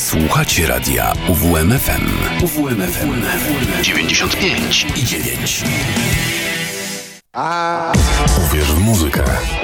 Słuchacie radia UWMFM. UWMFM 95 i 9. Uwierz w muzykę.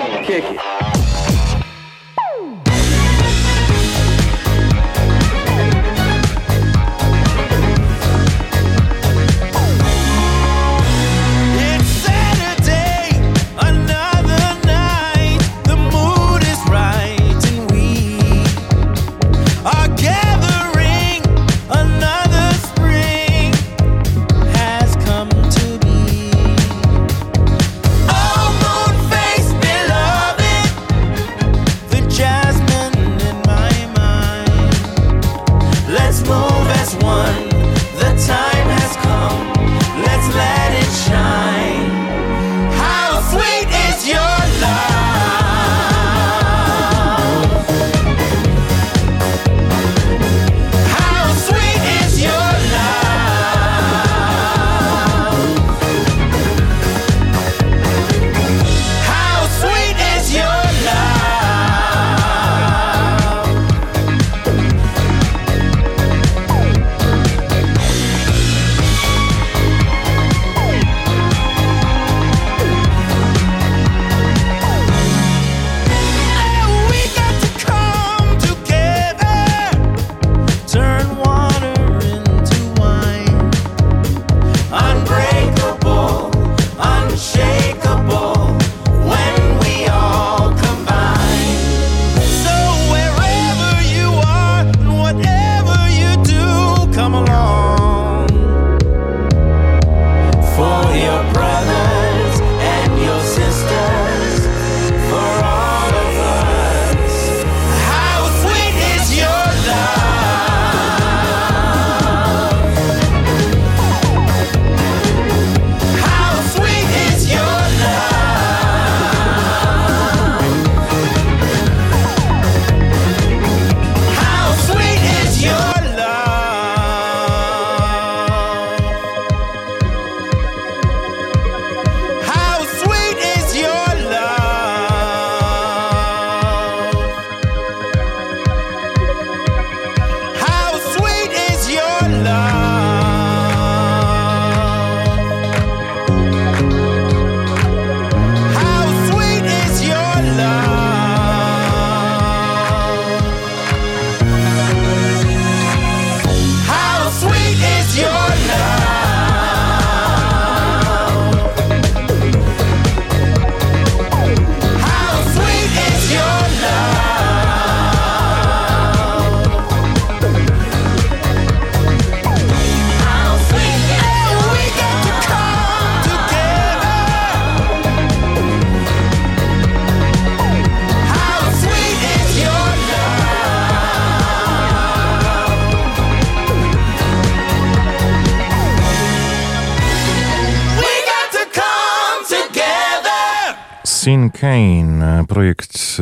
Sean Kane, projekt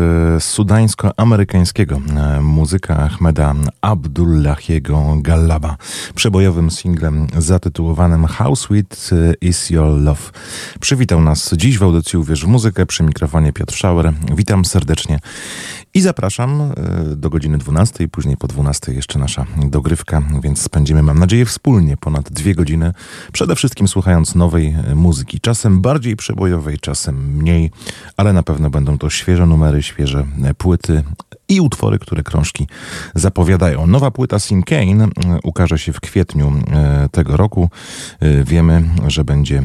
sudańsko-amerykańskiego muzyka Ahmeda Abdullahiego Gallaba, przebojowym singlem zatytułowanym How Sweet Is Your Love. Przywitał nas dziś w audycji Uwierz w muzykę, przy mikrofonie Piotr Schauer. Witam serdecznie i zapraszam do godziny 12, później po 12 jeszcze nasza dogrywka, więc spędzimy, mam nadzieję, wspólnie ponad 2 godziny, przede wszystkim słuchając nowej muzyki, czasem bardziej przebojowej, czasem mniej, ale na pewno będą to świeże numery, świeże płyty i utwory, które krążki zapowiadają. Nowa płyta Sean Kane ukaże się w kwietniu tego roku. Wiemy, że będzie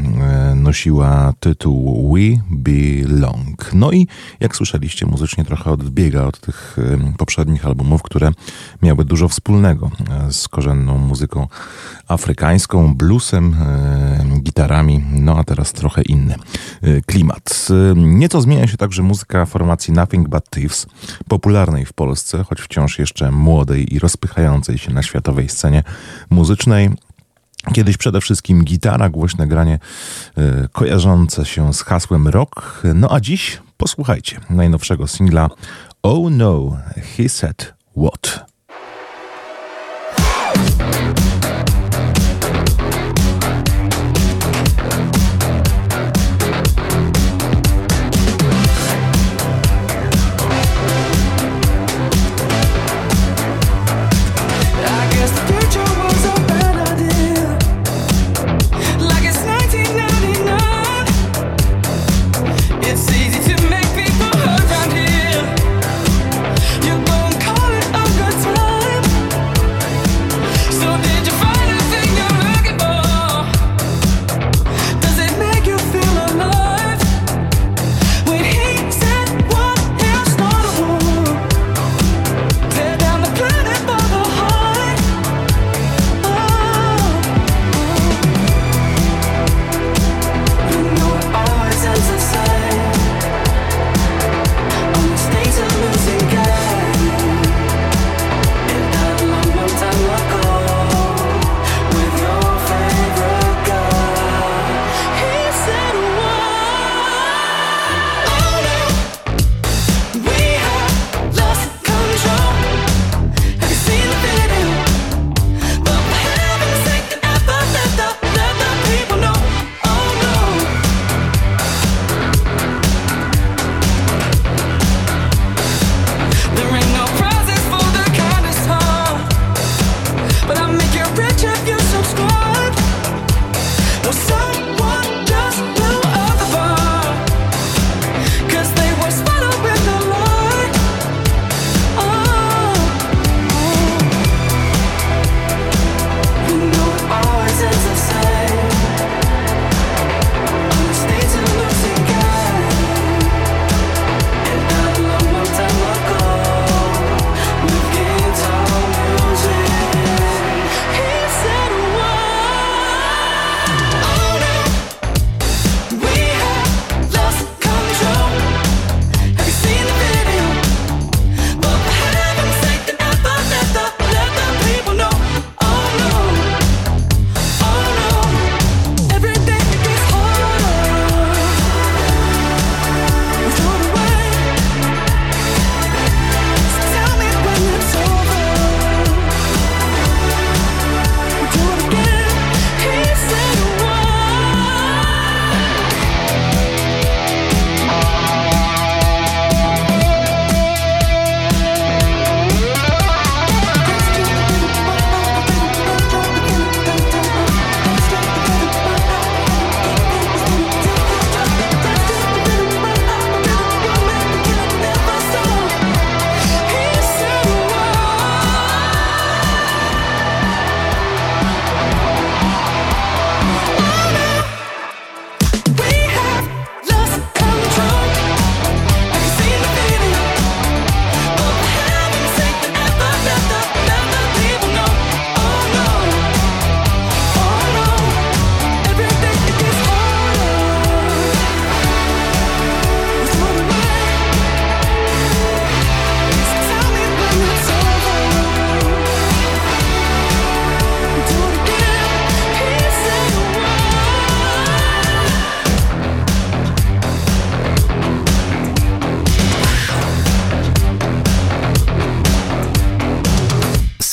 nosiła tytuł We Belong. No i jak słyszeliście, muzycznie trochę odbiega od tych poprzednich albumów, które miały dużo wspólnego z korzenną muzyką afrykańską, bluesem, gitarami, no a teraz trochę inny klimat. Nieco zmienia się także muzyka formacji Nothing But Thieves, popularnej w Polsce, choć wciąż jeszcze młodej i rozpychającej się na światowej scenie muzycznej. Kiedyś przede wszystkim gitara, głośne granie kojarzące się z hasłem rock. No a dziś posłuchajcie najnowszego singla Oh No, He Said What?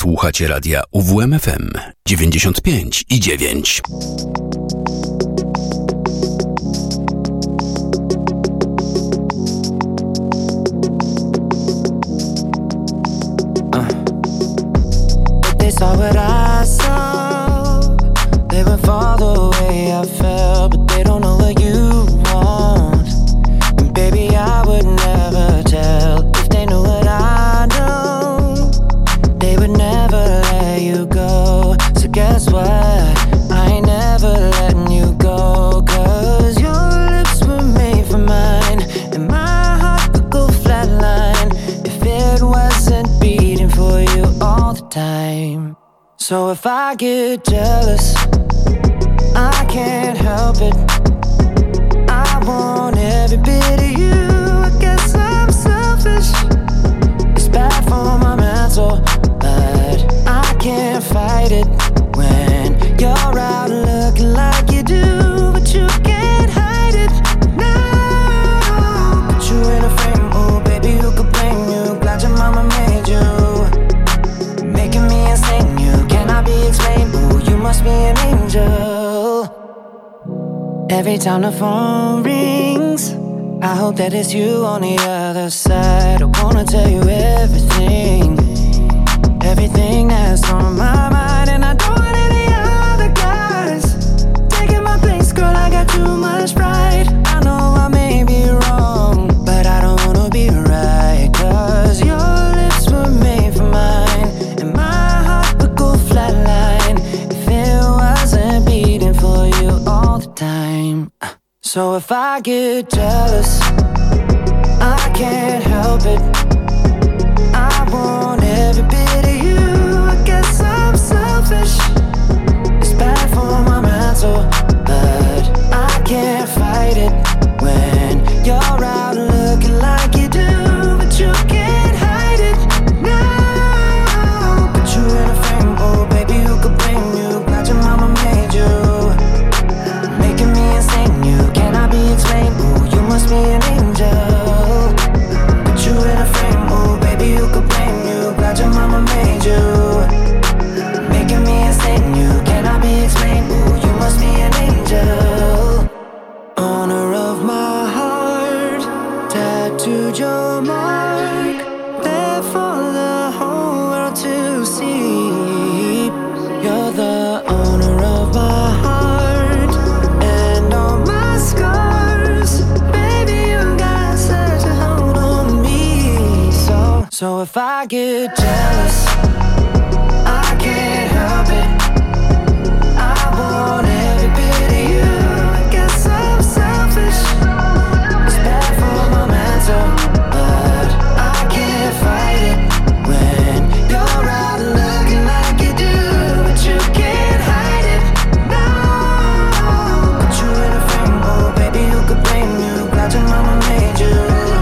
Słuchacie radia UWMFM 95,9. They saw what I saw. They would fall the way I felt, but they don't know what you want. And baby, I would never tell. If they knew what I know, they would never let you go. So guess what? I ain't never letting you go. 'Cause your lips were made for mine, and my heart could go flatline if it wasn't beating for you all the time. So if I get jealous, I can't help it. I want every bit of you. I guess I'm selfish. It's bad for my mental, but I can't fight it when you're out looking like you do, but you can't hide it. No, put you in a frame, oh baby, who could blame you? Glad your mama made you, making me insane. You cannot be explained. Ooh, you must be an angel. Every time the phone rings, I hope that it's you on the other side. I wanna tell you everything, everything that's on my mind. And I don't want any other guys taking my place, girl, I got too much pride. I know I may be wrong, but I don't wanna be right. 'Cause your lips were made for mine, and my heart would go flatline if it wasn't beating for you all the time. So if I get jealous, I can't help it. I want every bit of you. I guess I'm selfish. It's bad for my mental, but I can't fight it when you're out looking like you do, but you can't hide it. No, put you in a frame, oh baby, who could blame you? Glad your mama made you, making me insane. You cannot be explained. Ooh, you must be an angel. Put you in a frame, oh baby, who could blame you? Glad your mama made you, making me insane. You cannot be explained. Ooh, you must be an angel. Owner of my heart, tattooed your mark, there for the whole world to see. You're the owner of my heart and all my scars. Baby, you got such a hold on me. So if I get jealous, I can't help it. I want every bit of you. I guess I'm selfish. It's bad for my mental, but I can't fight it when you're out looking like you do, but you can't hide it. No, put you in a frame, oh baby, who could blame you? Glad your mama made you,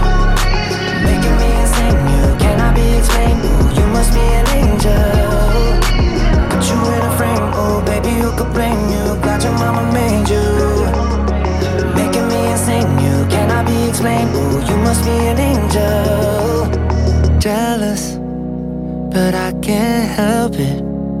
making me insane. You cannot be explained. Ooh, you must be an angel. Put you in a frame, oh baby, who could blame you? Glad your mama made you, making me insane. You cannot be explained. Ooh, you must be an angel. Jealous, but I can't help it.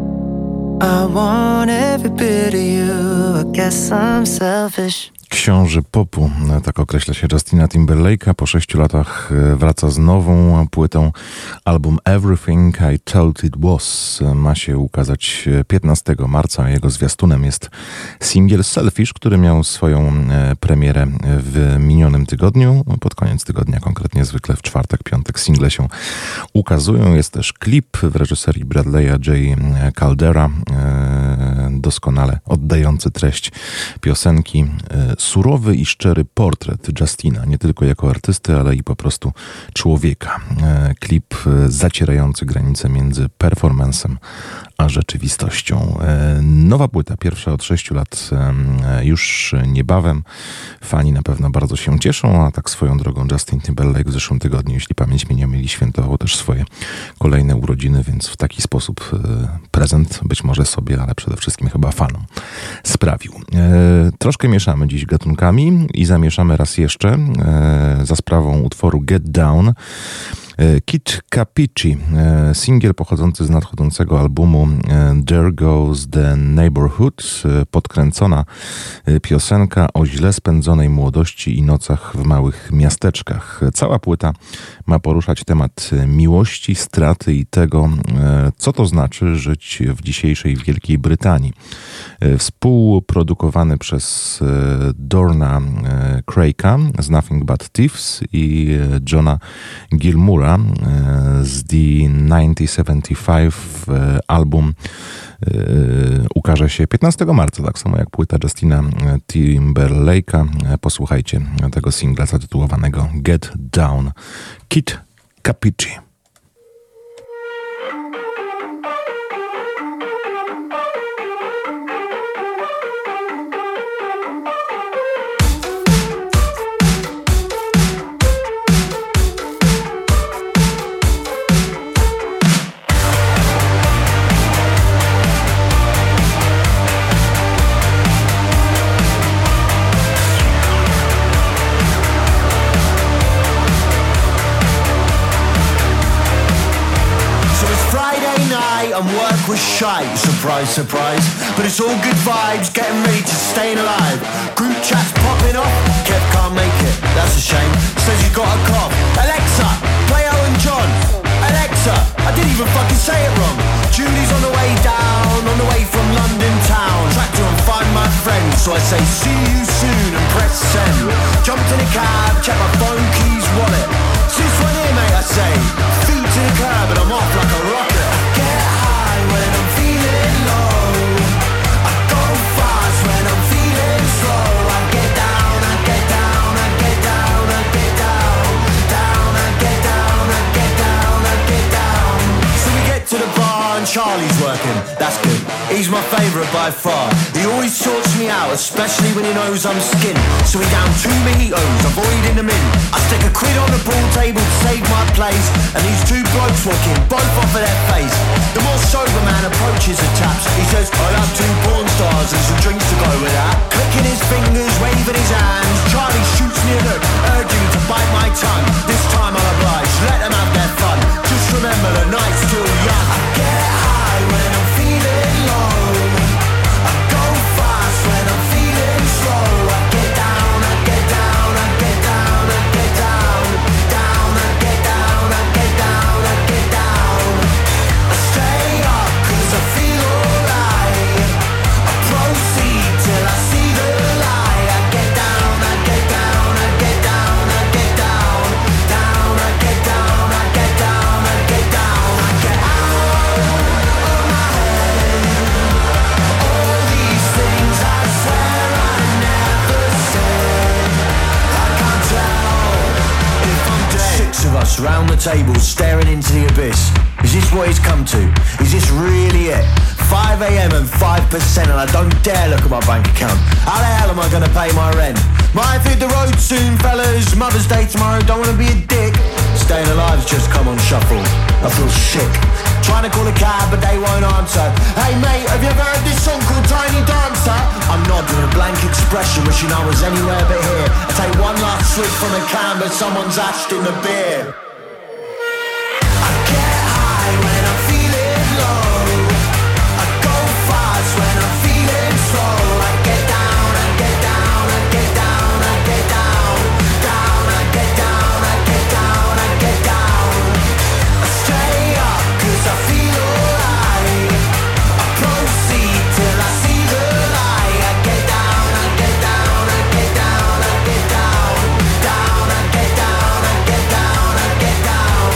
I want every bit of you. I guess I'm selfish. Książę popu, tak określa się Justina Timberlake'a. Po 6 latach wraca z nową płytą. Album Everything I Thought It Was ma się ukazać 15 marca, a jego zwiastunem jest singiel Selfish, który miał swoją premierę w minionym tygodniu, pod koniec tygodnia, konkretnie zwykle w czwartek, piątek single się ukazują. Jest też klip w reżyserii Bradley'a J. Caldera, doskonale oddający treść piosenki. Surowy i szczery portret Justina, nie tylko jako artysty, ale i po prostu człowieka. Klip zacierający granice między performancem a rzeczywistością. Nowa płyta, pierwsza od 6 lat, już niebawem. Fani na pewno bardzo się cieszą, a tak swoją drogą Justin Timberlake w zeszłym tygodniu, jeśli pamięć mnie nie myli, świętował też swoje kolejne urodziny, więc w taki sposób prezent być może sobie, ale przede wszystkim chyba fanom sprawił. Troszkę mieszamy dziś gatunkami i zamieszamy raz jeszcze za sprawą utworu Get Down. Kid Capici, singiel pochodzący z nadchodzącego albumu There Goes the Neighborhood, podkręcona piosenka o źle spędzonej młodości i nocach w małych miasteczkach. Cała płyta ma poruszać temat miłości, straty i tego, co to znaczy żyć w dzisiejszej Wielkiej Brytanii. Współprodukowany przez Dorna Craig'a z Nothing But Thieves i Johna Gilmoura z The 1975 album ukaże się 15 marca, tak samo jak płyta Justina Timberlake'a. Posłuchajcie tego singla zatytułowanego Get Down. Kid Capici. And work was shite, surprise, surprise. But it's all good vibes, getting ready to staying alive. Group chats popping off, Kev can't make it, that's a shame. Says he's got a cough. Alexa, play Owen John. Alexa, I didn't even fucking say it wrong. Julie's on the way down, on the way from London town. Track to and find my friend, so I say see you soon and press send. Jumped in a cab, check my phone, keys, wallet. Since when here, mate, I say. Feet to the curb and I'm off like a rocket. When I'm feeling low, I go fast. When I'm feeling slow, I get down, I get down, I get down, I get down, down, I get down, I get down, I get down. So we get to the bar and Charlie's working, that's good. He's my favourite by far. He always sorts me out, especially when he knows I'm skint. So we down 2 mojitos, avoiding the mint. I stick a quid on the pool table to save my place, and these two blokes walking, both off of their face. The more sober man approaches the taps, he says, I'll have 2 porn stars and some drinks to go with that. Clicking his fingers, waving his hands, Charlie shoots me a look, urging me to bite my tongue. This time I'll oblige, let them have their fun. Just remember the night's still young. I get high when I'm feeling low, I go fast when I'm feeling slow. I get down, I get down, I get down, I get down, down, I get down, I get down, I get down. I stay up 'cause I feel alright. I proceed till I see the light. I get down, I get down, I get down, I get down, down, I get down, I get down, I get down. I get out of my head. All these things I swear I never said. I can't tell if I'm dead. 6 of us round the table staring into the abyss. Is this what it's come to? Is this really it? 5 a.m. and 5% and I don't dare look at my bank account. How the hell am I gonna pay my rent? Might hit the road soon, fellas. Mother's Day tomorrow, don't wanna be a dick. Staying alive's just come on shuffle. I feel sick. Trying to call a cab but they won't answer. Hey mate, have you ever heard this song called Tiny Dancer? I'm nodding with a blank expression, wishing I was anywhere but here. I take one last swig from a can but someone's ashed in the beer. I get high when I'm feeling low. I go fast when I'm feeling slow. I get down, I get down, I get down, I get down, down, I get down, I get down, I get down. I stay up 'cause I feel alright. I proceed till I see the light. I get down, I get down, I get down, I get down, down, I get down, I get down, I get down.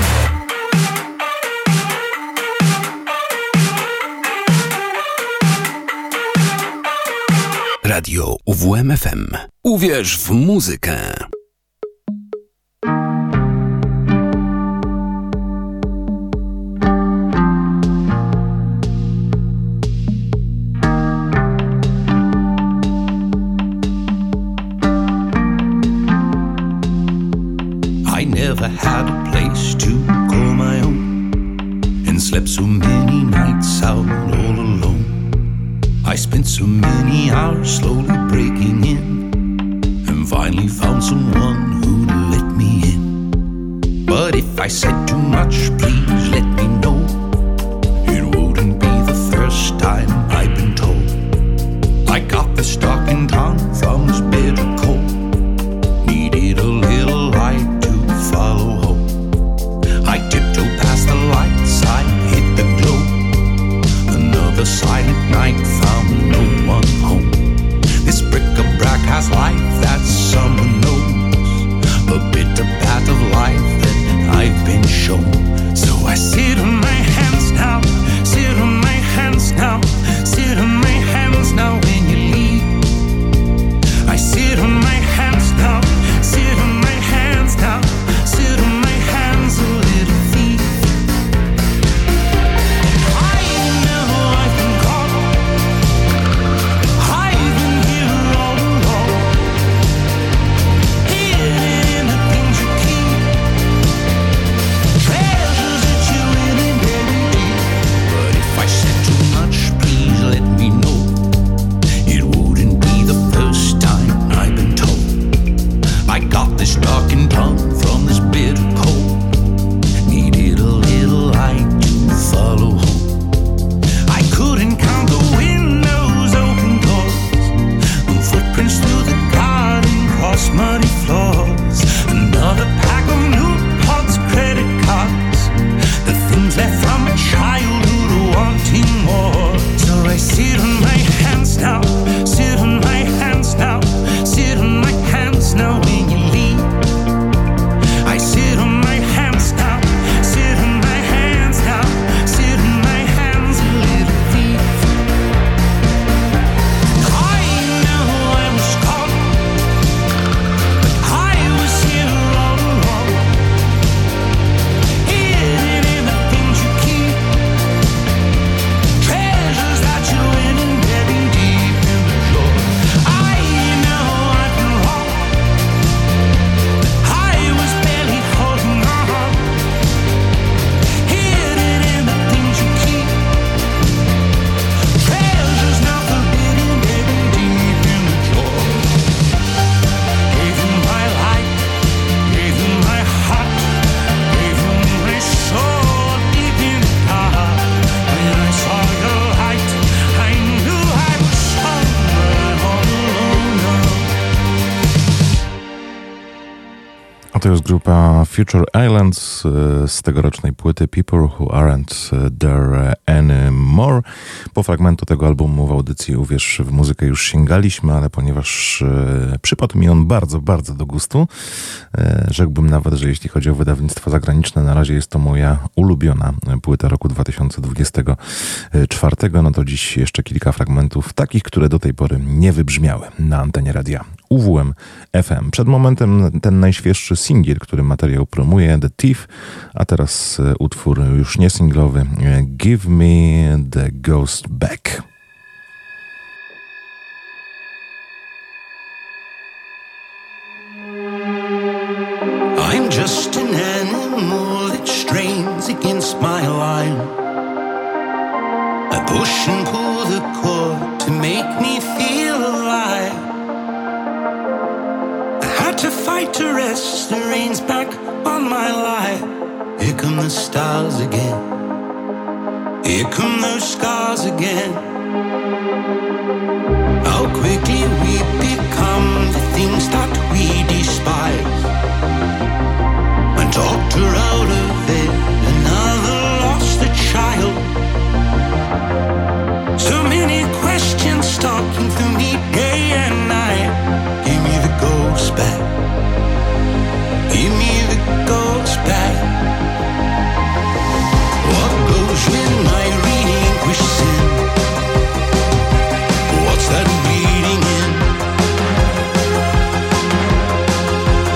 Radio UWMFM. Uwierz w muzykę. I never had a place to call my own and slept so many nights out all alone. I spent so many hours slowly breaking in and finally found someone who'd let me in. But if I said too much, please let me know. It wouldn't be the first time I've been told. I got this talking tongue from this bitter cold. Needed a little light to follow home. I tiptoed past the lights, I hit the glow. Another silent night, found no one home. This bric-a-brac has life that someone knows, a bitter path of life that I've been shown. So I sit on my hands now, sit on my hands now, sit on my hands now when you leave. I sit on my hands now, sit on my hands now, sit on my hands, a little thief. I know I've been caught, I've been here all alone, hidden in the things you keep, treasures that you really bury deep. But if I said too much, please let me know. It wouldn't be the first time I've been told. I got this talking tongue from this bitter cold. Needed a little light to follow home. I couldn't count the windows, open doors, and footprints through the garden, cross muddy floors. Another pack of Newport's credit cards, the things left from a childhood wanting more. So I sit on my hands now, sit on my hands now, sit on my hands now when you leave. I sit on my hands now, sit on my hands now, sit on my hands, a little thief. I know I was caught, but I was here all along, hidden in the things you keep, treasures that you win and bury deep in the drawer. I know I've been wrong, I was barely holding on, hidden in the things you keep, treasures now forbidden, buried deep in the drawer. Gave you my life, gave you my heart, gave you my soul deep in the dark. When I saw your light, I knew I was somewhere all alone now. A to jest grupa Future Islands z tegorocznej płyty People Who Aren't There Anymore. Po fragmentu tego albumu w audycji Uwierz w muzykę już sięgaliśmy, ale ponieważ przypadł mi on bardzo, bardzo do gustu, rzekłbym nawet, że jeśli chodzi o wydawnictwa zagraniczne, na razie jest to moja ulubiona płyta roku 2024. No to dziś jeszcze kilka fragmentów takich, które do tej pory nie wybrzmiały na antenie radia UWM FM. Przed momentem ten najświeższy singiel, który materiał promuje, The Thief, a teraz utwór już nie singlowy, Give Me the Ghost Back. I'm just an animal that strains against my line. I push and pull the cord to make me feel alive. I had to fight to rest the reins back on my life. Here come the stars again. Here come those scars again. How quickly we become the things that we despise. And talked her out of it, another lost a child. So many questions stalking through me day and night. Give me the ghost back. Give me the ghost back. What goes when I relinquish sin? What's that bleeding in?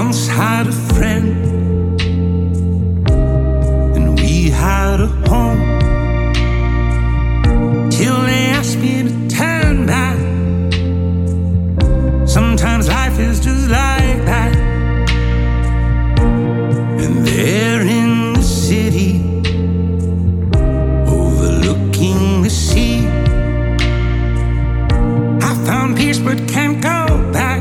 once had a friend, and we had a home, till they asked me to turn back. Sometimes life is just like that. And there in the city, overlooking the sea, I found peace but can't go back.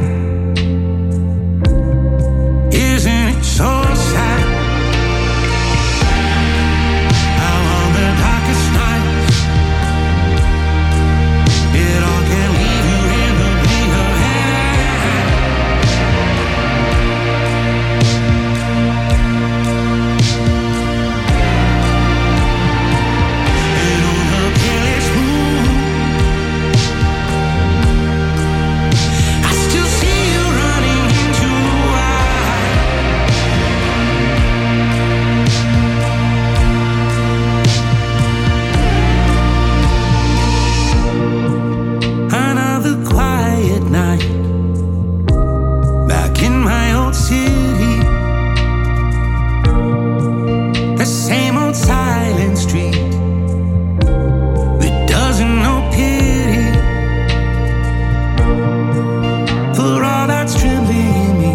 Isn't it so sad? How on the darkest nights it all can leave you in the blink of an eye. And on the palest moon, I still see you running into the wild. Another quiet night, back in my old city. The same old silent street that doesn't know pity for all that's trembling in me.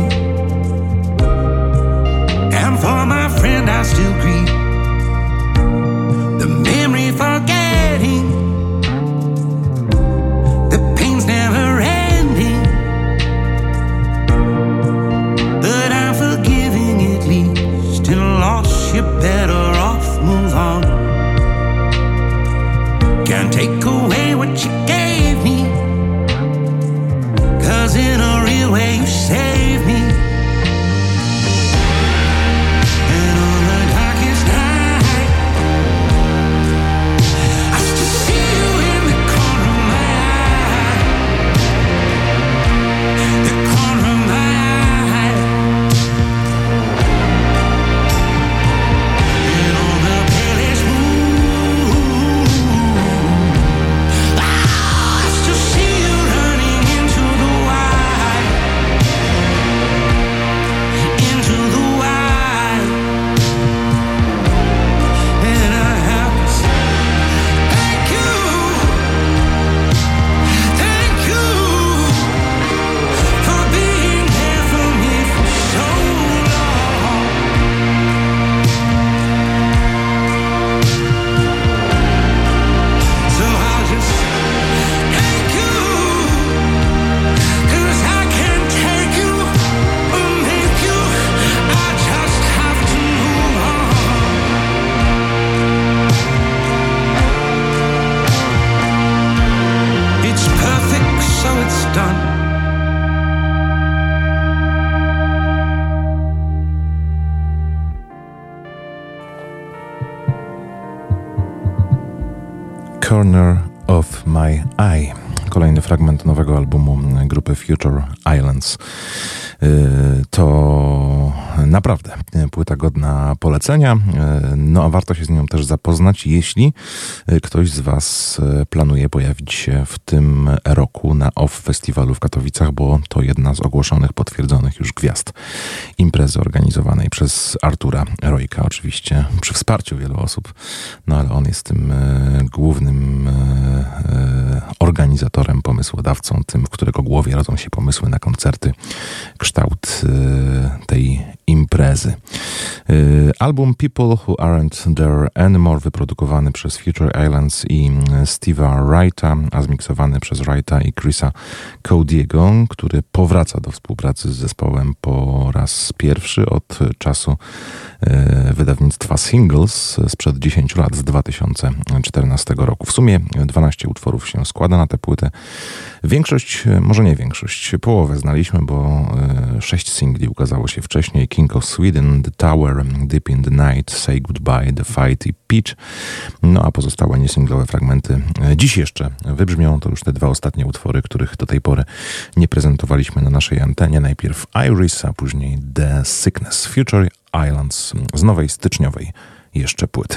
And for my friend I still grieve the memory forgetting. The pain's never ending, but I'm forgiving at least. And lost, you better off move on. Can't take away what you gave me, 'cause in a real way you saved me. And on the darkest night, I still see you in the corner of my eye. The corner of my eye. And on the palest moon, I still see you running into the wild. Into the wild. And I have to say thank you. Thank you for being there for me for so long. So I'll just thank you, 'cause I can't take you or make you. I just have to move on. It's perfect, so it's done. Corner of My Eye. Kolejny fragment nowego albumu grupy Future Islands. To naprawdę płyta godna polecenia. No a warto się z nią też zapoznać, jeśli ktoś z Was planuje pojawić się w tym roku na OFF Festiwalu w Katowicach, bo to jedna z ogłoszonych, potwierdzonych już gwiazd imprezy organizowanej przez Artura Rojka, oczywiście przy wsparciu wielu osób, no ale on jest tym głównym organizatorem, pomysłodawcą, tym, w którego głowie rodzą się pomysły na koncerty, kształt tej imprezy. Album People Who Aren't There Anymore, wyprodukowany przez Future Islands i Steve'a Wrighta, a zmiksowany przez Wrighta i Chrisa Cody'ego, który powraca do współpracy z zespołem po raz pierwszy od czasu wydawnictwa Singles sprzed 10 lat, z 2014 roku. W sumie 12 utworów się składa na tę płytę. Większość, może nie większość, połowę znaliśmy, bo 6 singli ukazało się wcześniej. King of Sweden, The Tower, Deep in the Night, Say Goodbye, The Fight i Peach. No a pozostałe niesinglowe fragmenty dziś jeszcze wybrzmią. To już te dwa ostatnie utwory, których do tej pory nie prezentowaliśmy na naszej antenie. Najpierw Iris, a później The Sickness. Future Islands z nowej styczniowej jeszcze płyty.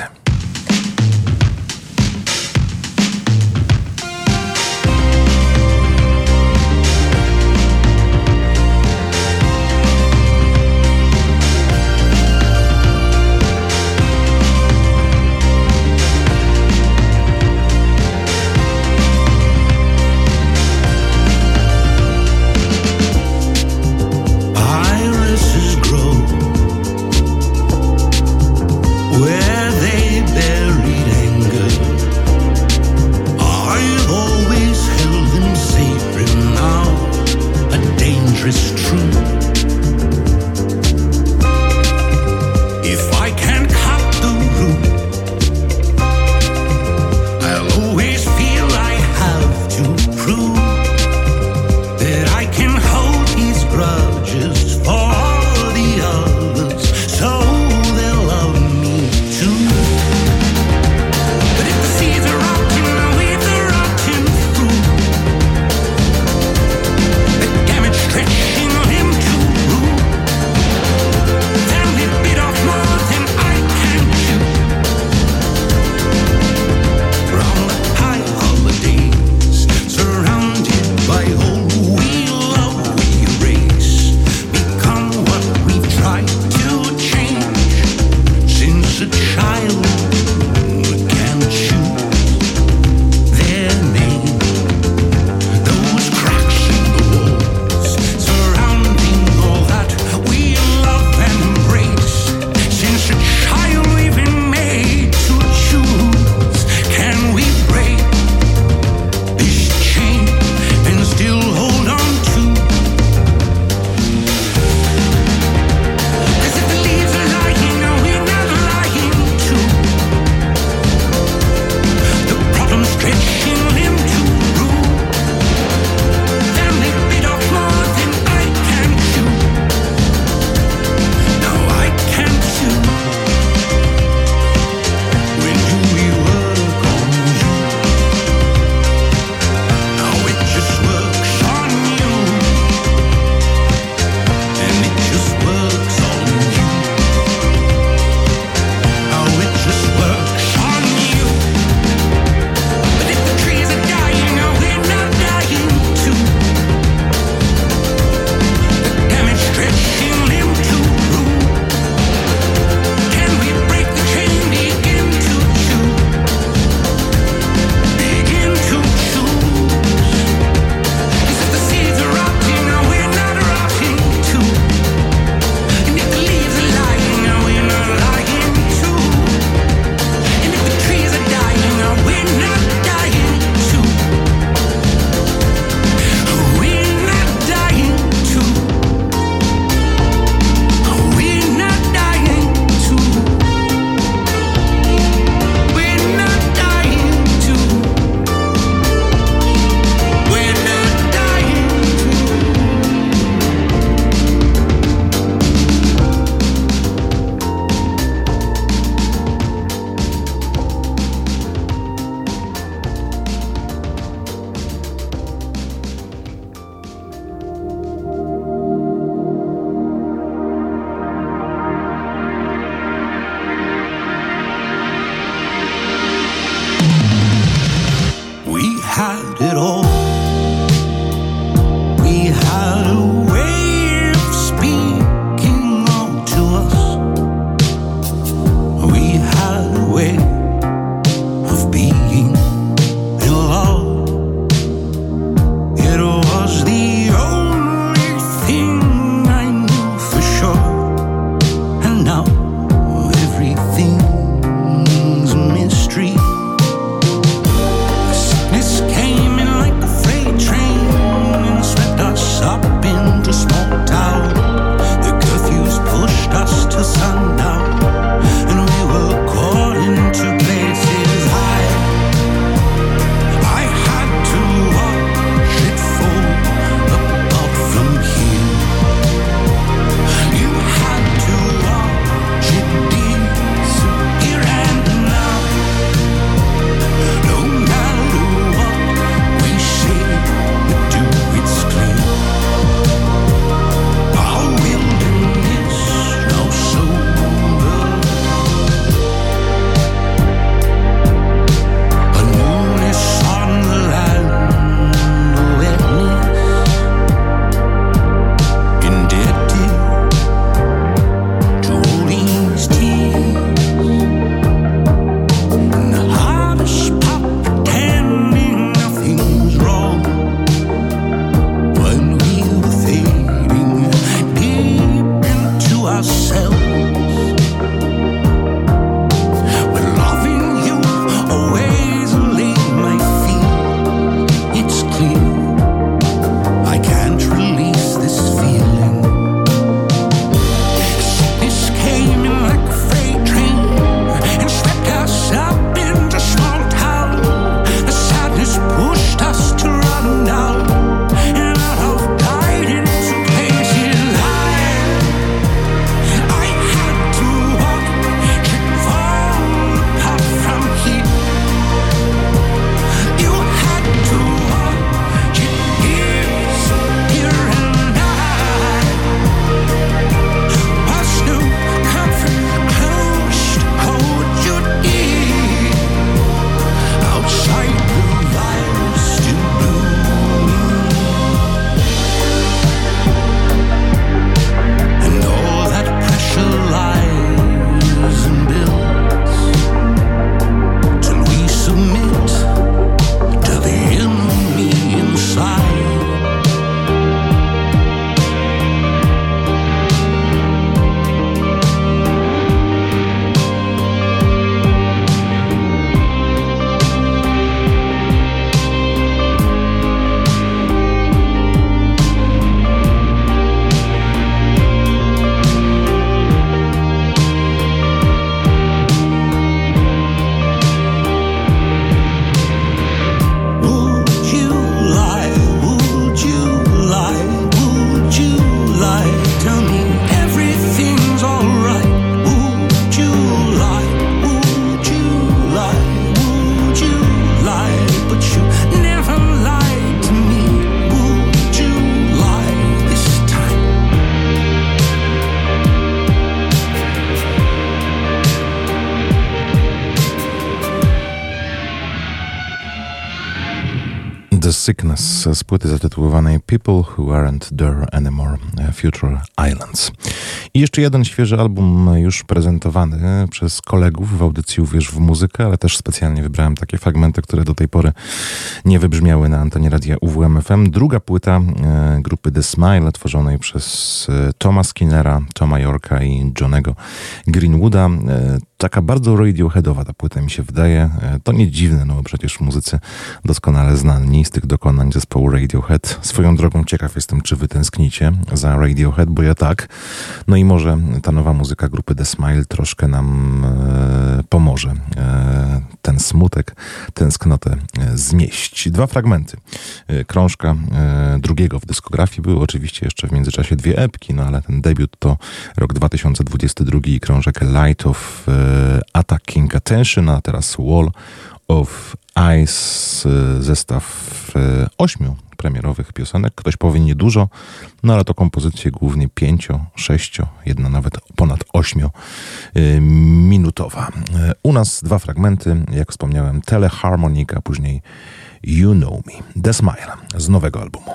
The Sickness z płyty zatytułowanej People Who Aren't There Anymore, Future Islands. I jeszcze jeden świeży album już prezentowany przez kolegów w audycji Uwierz w muzykę, ale też specjalnie wybrałem takie fragmenty, które do tej pory nie wybrzmiały na antenie radia UWM-FM. Druga płyta grupy The Smile, tworzonej przez Toma Skinnera, Toma Yorka i Johnego Greenwooda. Taka bardzo radioheadowa ta płyta mi się wydaje. To nie dziwne, no bo przecież muzycy doskonale znani z tych dokonań zespołu Radiohead. Swoją drogą ciekaw jestem, czy wy tęsknicie za Radiohead, bo ja tak. No i może ta nowa muzyka grupy The Smile troszkę nam pomoże ten smutek, tęsknotę zmieść. Dwa fragmenty. Krążka drugiego w dyskografii. Były oczywiście jeszcze w międzyczasie dwie epki, no ale ten debiut to rok 2022 i krążek Light of Attacking Attention, a teraz Wall of Ice, zestaw 8 premierowych piosenek. Ktoś powie niedużo, no ale to kompozycje głównie 5, 6, jedna nawet ponad 8-minutowa. U nas dwa fragmenty, jak wspomniałem, Teleharmonic, a później You Know Me. The Smile z nowego albumu.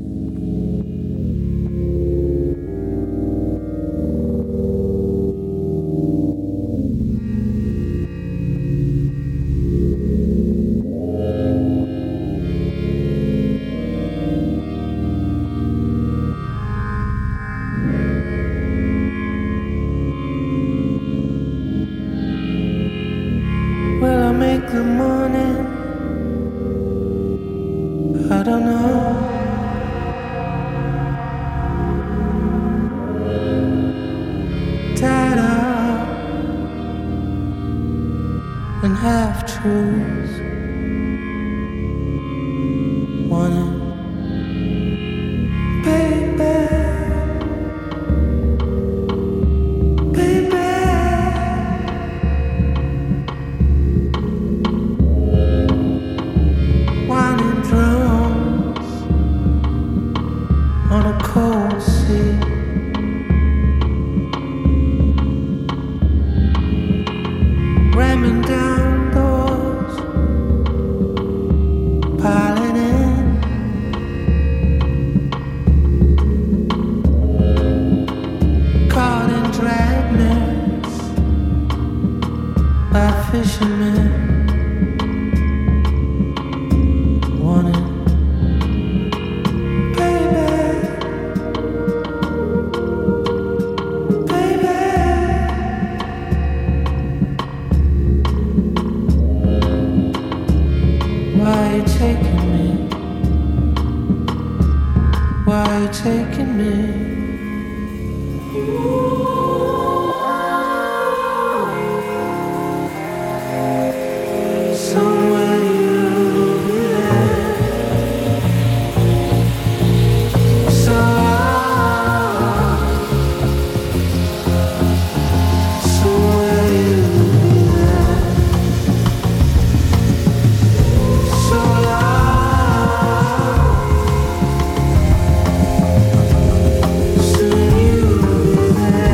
The morning, I don't know. Tied up in half truths, wanting, baby. Soon you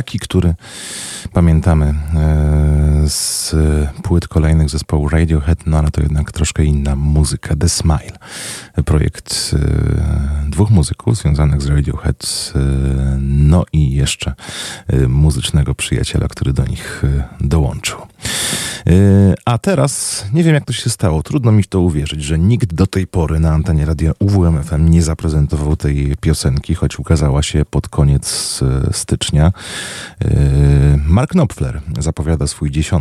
Lucky, który pamiętamy z płyt kolejnych zespołu Radiohead, no ale to jednak troszkę inna muzyka. The Smile, projekt dwóch muzyków związanych z Radiohead, no i jeszcze muzycznego przyjaciela, który do nich dołączył. A teraz nie wiem, jak to się stało. Trudno mi w to uwierzyć, że nikt do tej pory na antenie radia UWMFM nie zaprezentował tej piosenki, choć ukazała się pod koniec stycznia. Mark Knopfler zapowiada swój 10.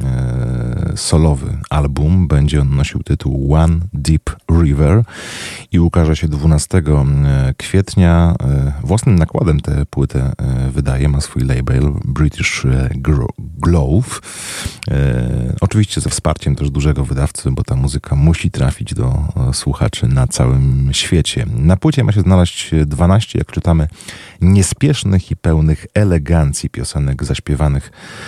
solowy album. Będzie on nosił tytuł One Deep River i ukaże się 12 kwietnia. Własnym nakładem tę płytę wydaje, ma swój label British Glove. Oczywiście ze wsparciem też dużego wydawcy, bo ta muzyka musi trafić do słuchaczy na całym świecie. Na płycie ma się znaleźć 12, jak czytamy, niespiesznych i pełnych elegancji piosenek zaśpiewanych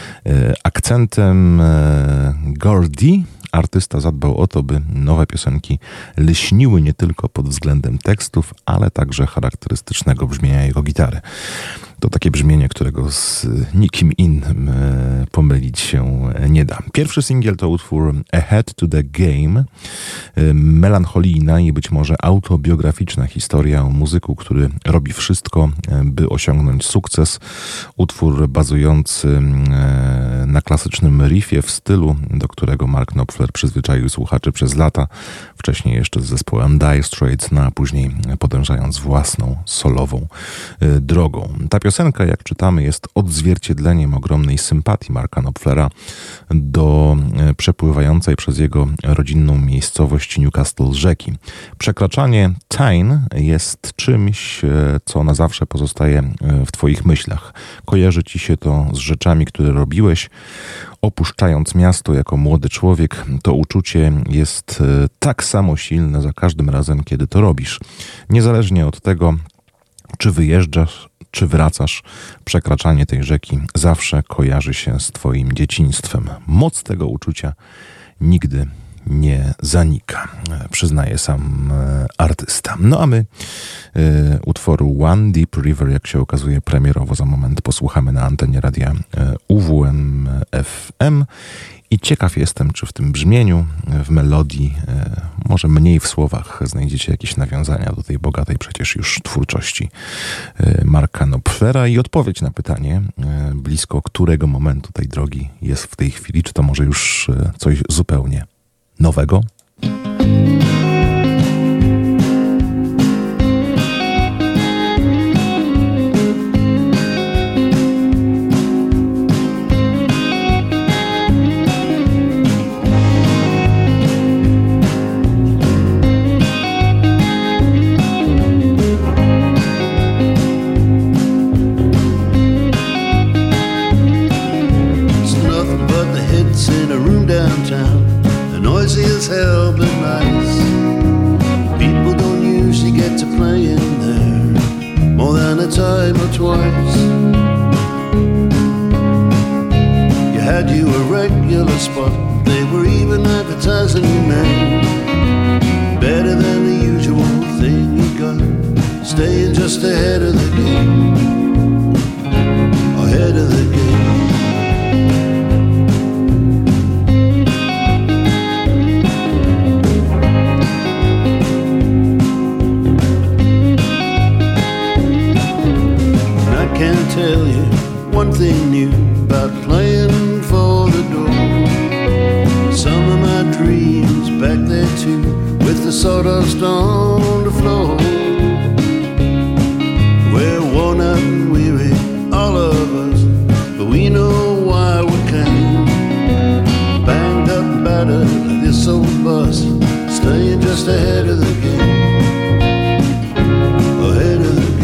akcentem Gordy. Artysta zadbał o to, by nowe piosenki lśniły nie tylko pod względem tekstów, ale także charakterystycznego brzmienia jego gitary. To takie brzmienie, którego z nikim innym pomylić się nie da. Pierwszy singiel to utwór Ahead to the Game. Melancholijna i być może autobiograficzna historia o muzyku, który robi wszystko, by osiągnąć sukces. Utwór bazujący na klasycznym riffie w stylu, do którego Mark Knopfler przyzwyczaił słuchaczy przez lata. Wcześniej jeszcze z zespołem Dire Straits, a później podążając własną solową drogą. Ta piosenka, jak czytamy, jest odzwierciedleniem ogromnej sympatii Marka Knopflera do przepływającej przez jego rodzinną miejscowość Newcastle rzeki. Przekraczanie Tyne jest czymś, co na zawsze pozostaje w twoich myślach. Kojarzy ci się to z rzeczami, które robiłeś, opuszczając miasto jako młody człowiek. To uczucie jest tak samo silne za każdym razem, kiedy to robisz. Niezależnie od tego, czy wyjeżdżasz, czy wracasz, przekraczanie tej rzeki zawsze kojarzy się z twoim dzieciństwem. Moc tego uczucia nigdy nie zanika, przyznaje sam artysta. No a my utworu One Deep River, jak się okazuje, premierowo za moment posłuchamy na antenie radia UWM FM. I ciekaw jestem, czy w tym brzmieniu, w melodii, może mniej w słowach, znajdziecie jakieś nawiązania do tej bogatej przecież już twórczości Marka Knopflera i odpowiedź na pytanie, blisko którego momentu tej drogi jest w tej chwili, czy to może już coś zupełnie nowego? Hell but nice. People don't usually get to play in there more than a time or twice. You had you a regular spot, they were even advertising your name. Better than the usual thing you got, staying just ahead of the game. Ahead of the game. Can't tell you one thing new about playing for the door. Some of my dreams back there too, with the sawdust on the floor. We're worn out and weary, all of us, but we know why we came. Banged up and battered like this old bus, staying just ahead of the game. Ahead of the game.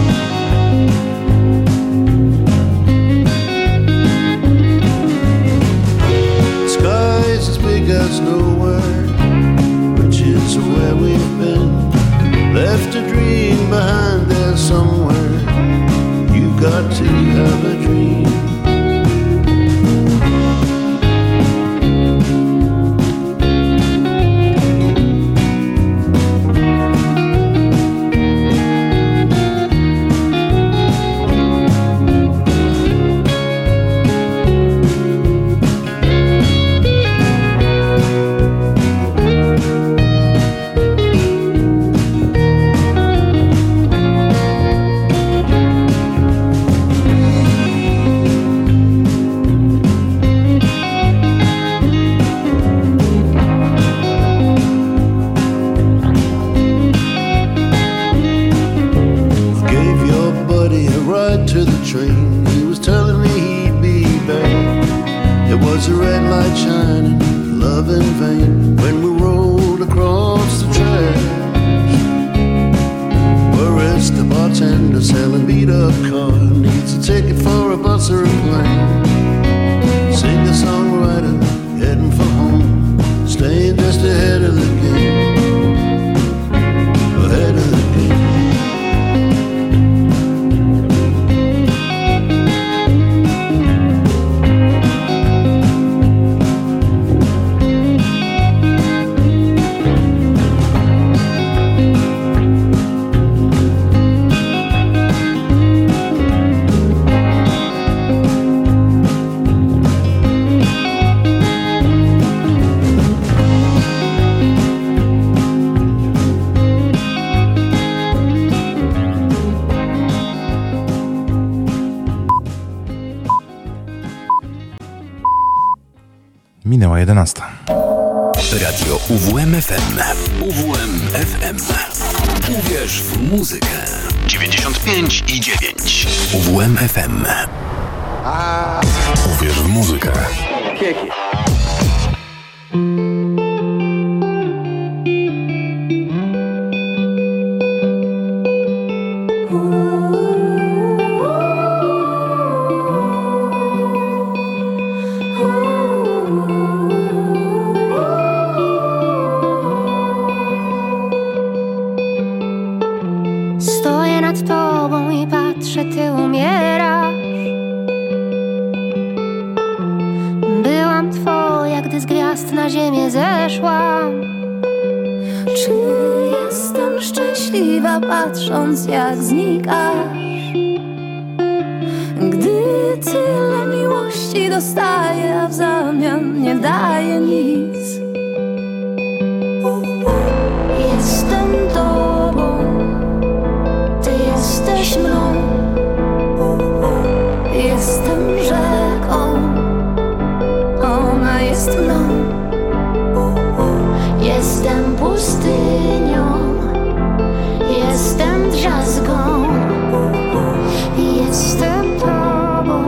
As nowhere, which is where we've been. Left a dream behind there somewhere. You got to have a dream. was a red light shining, love in vain, when we rolled across the tracks. Whereas the bartender selling beat-up car needs a ticket for a bus or a plane. Singer-songwriter heading for home, staying just ahead of the game. Ahead of the game. Minęła 11. Radio UWMFM. UWMFM. Uwierz w muzykę. 95,9. UWMFM. Uwierz w muzykę. Stoję nad tobą i patrzę, ty umierasz. Byłam twoja, gdy z gwiazd na ziemię zeszłam. Czy jestem szczęśliwa, patrząc jak znikasz? Gdy tyle miłości dostaję, a w zamian nie daję nic. Jestem tobą, ty jesteś mną. Jestem rzeką, ona jest mną. Jestem pustynią, jestem drzazgą. Jestem tobą.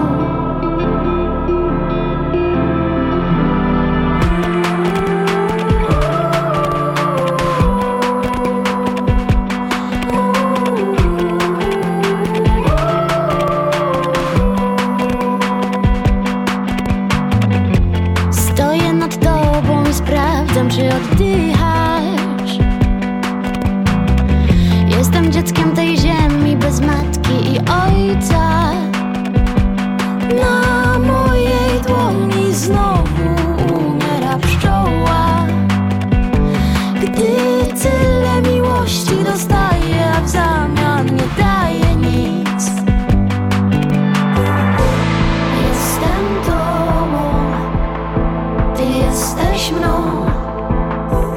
Stoję nad tobą i sprawdzam, czy oddychasz. Jestem dzieckiem tej ziemi bez matki i ojca. Na mojej dłoni znowu umiera pszczoła. Gdy tyle miłości dostaję, a w zamian nie daję nic. Jestem tobą, ty jesteś mną.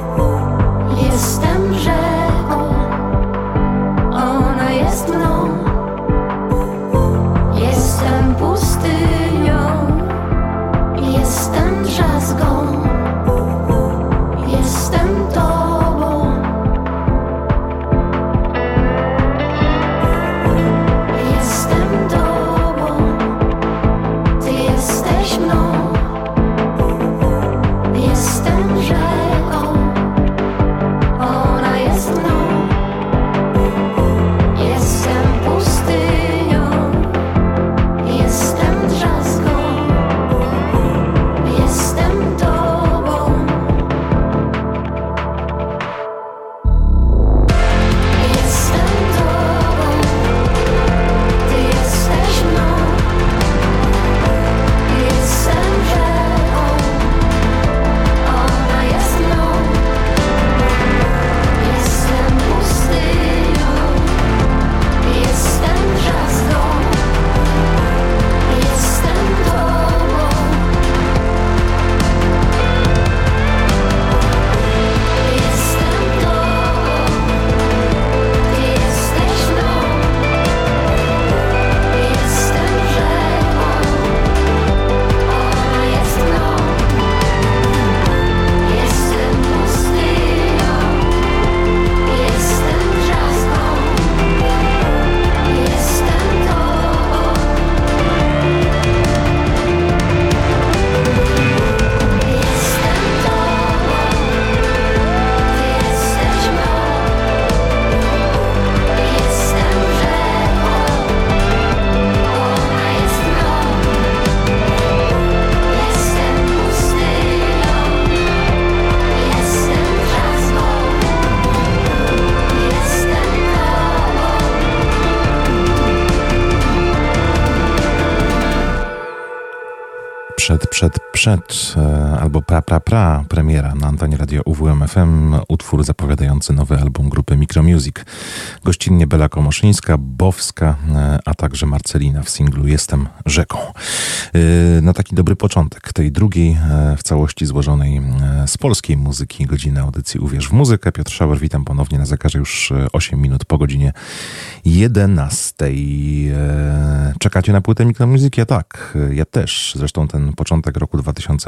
albo premiera na antenie radia UWM FM, utwór zapowiadający nowy album grupy Micromusic. Gościnnie Bela Komoszyńska, Bowska, a także Marcelina w singlu Jestem rzeką. Na taki dobry początek tej drugiej w całości złożonej z polskiej muzyki godziny audycji Uwierz w muzykę. Piotr Szauer, witam ponownie na zegarze już 8 minut po godzinie 11. Czekacie na płytę Micromusic? Ja tak, ja też. Zresztą ten początek roku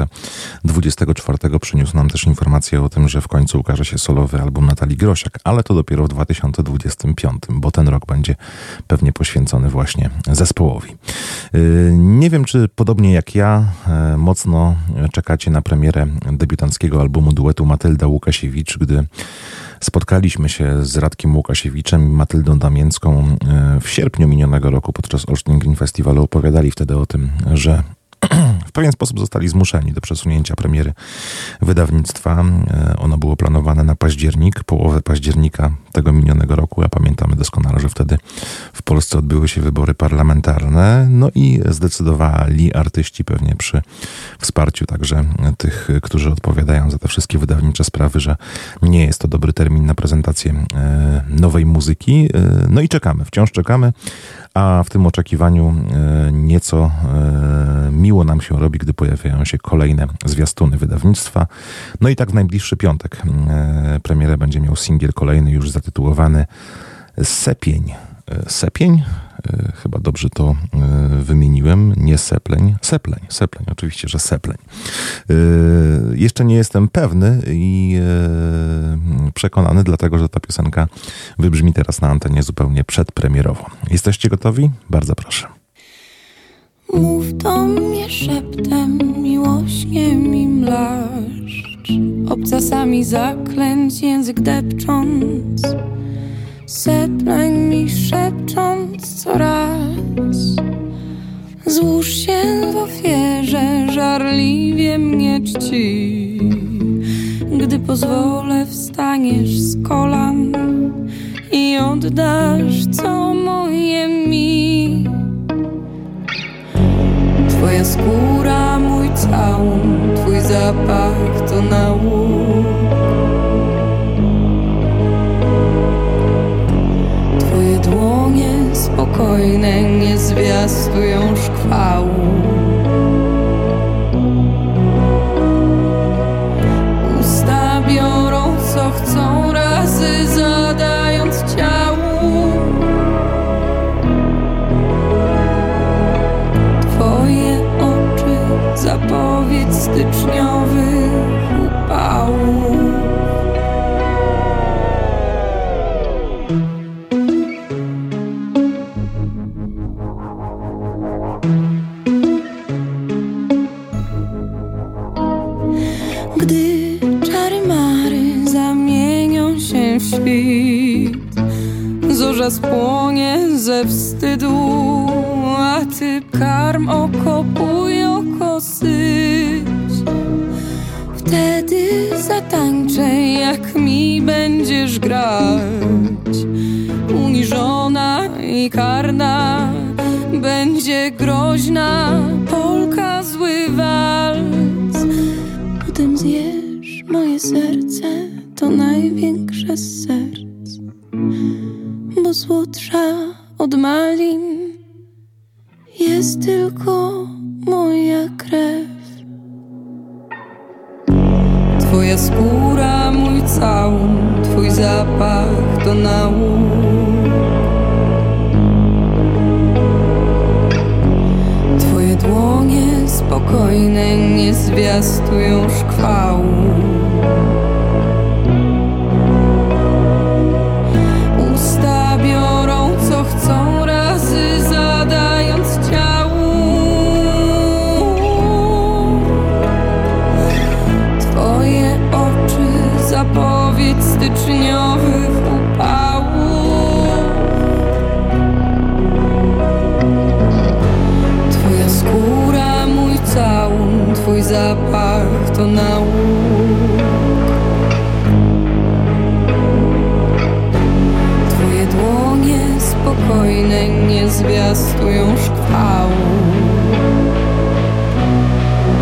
2024 przyniósł nam też informację o tym, że w końcu ukaże się solowy album Natalii Grosiak, ale to dopiero w 2025, bo ten rok będzie pewnie poświęcony właśnie zespołowi. Nie wiem, czy podobnie jak ja mocno czekacie na premierę debiutanckiego albumu duetu Matylda Łukasiewicz, gdy spotkaliśmy się z Radkiem Łukasiewiczem i Matyldą Damięcką w sierpniu minionego roku podczas Olsztyn Green Festiwalu. Opowiadali wtedy o tym, że w pewien sposób zostali zmuszeni do przesunięcia premiery wydawnictwa. Ono było planowane na październik, połowę października tego minionego roku, a pamiętamy doskonale, że wtedy w Polsce odbyły się wybory parlamentarne, no i zdecydowali artyści pewnie przy wsparciu także tych, którzy odpowiadają za te wszystkie wydawnicze sprawy, że nie jest to dobry termin na prezentację nowej muzyki. No i czekamy, wciąż czekamy, a w tym oczekiwaniu nieco miło nam się robi, gdy pojawiają się kolejne zwiastuny wydawnictwa. No i tak w najbliższy piątek premierę będzie miał singiel kolejny, już zatytułowany Sepień. Sepień? Chyba dobrze to wymieniłem. Nie Sepleń. Sepleń. Oczywiście, że Sepleń. Jeszcze nie jestem pewny i przekonany, dlatego że ta piosenka wybrzmi teraz na antenie zupełnie przedpremierowo. Jesteście gotowi? Bardzo proszę. Mów do mnie szeptem, miłośnie mi mlaszcz, obcasami zaklęć język depcząc, sepleń mi szepcząc coraz. Złóż się w ofierze, żarliwie mnie czci, gdy pozwolę wstaniesz z kolan i oddasz co moje mi. Twoja skóra, mój całun, twój zapach to nauk. Twoje dłonie spokojne nie zwiastują szkwału. Usta biorą co chcą, razy zadając ciału. Zapowiedź styczniowych upałów. Gdy czary mary zamienią się w świt, zorza spłonie ze wstydu, a ty karm okopuj oko syć. Wtedy zatańczę, jak mi będziesz grać. Uniżona i karna będzie groźna polka, zły walc. Potem zjesz moje serce, to największe z serc, bo słodsza od malin jest tylko moja krew. Twoja skóra, mój całun, twój zapach to nauk. Twoje dłonie spokojne nie zwiastują szkwału. Usta biorą co chcą, razy zadając ciału. Twoje oczy zapowiedź styczniowych upałów. Twoja skóra, mój całun, twój zapach to nauk. Twoje dłonie spokojne nie zwiastują szkwału.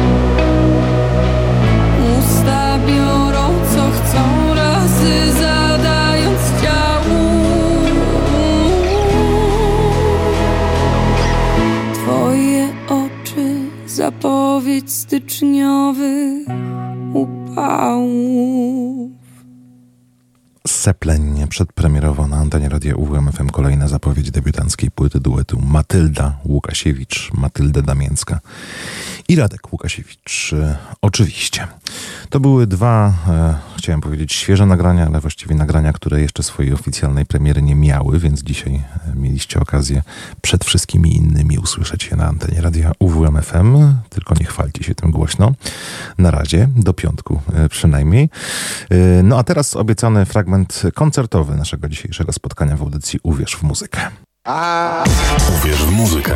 Katowic styczniowych upałów. Sepleń przedpremierowo na antenie Radia UWM FM. Kolejna zapowiedź debiutanckiej płyty duetu Matylda Łukasiewicz, Matylda Damięcka i Radek Łukasiewicz. Oczywiście. To były dwa, chciałem powiedzieć, świeże nagrania, ale właściwie nagrania, które jeszcze swojej oficjalnej premiery nie miały, więc dzisiaj mieliście okazję przed wszystkimi innymi usłyszeć je na antenie Radia UWM FM. Tylko nie chwalcie się tym głośno. Na razie, do piątku przynajmniej. No a teraz obiecany fragment koncertowy naszego dzisiejszego spotkania w audycji Uwierz w muzykę. Uwierz w muzykę.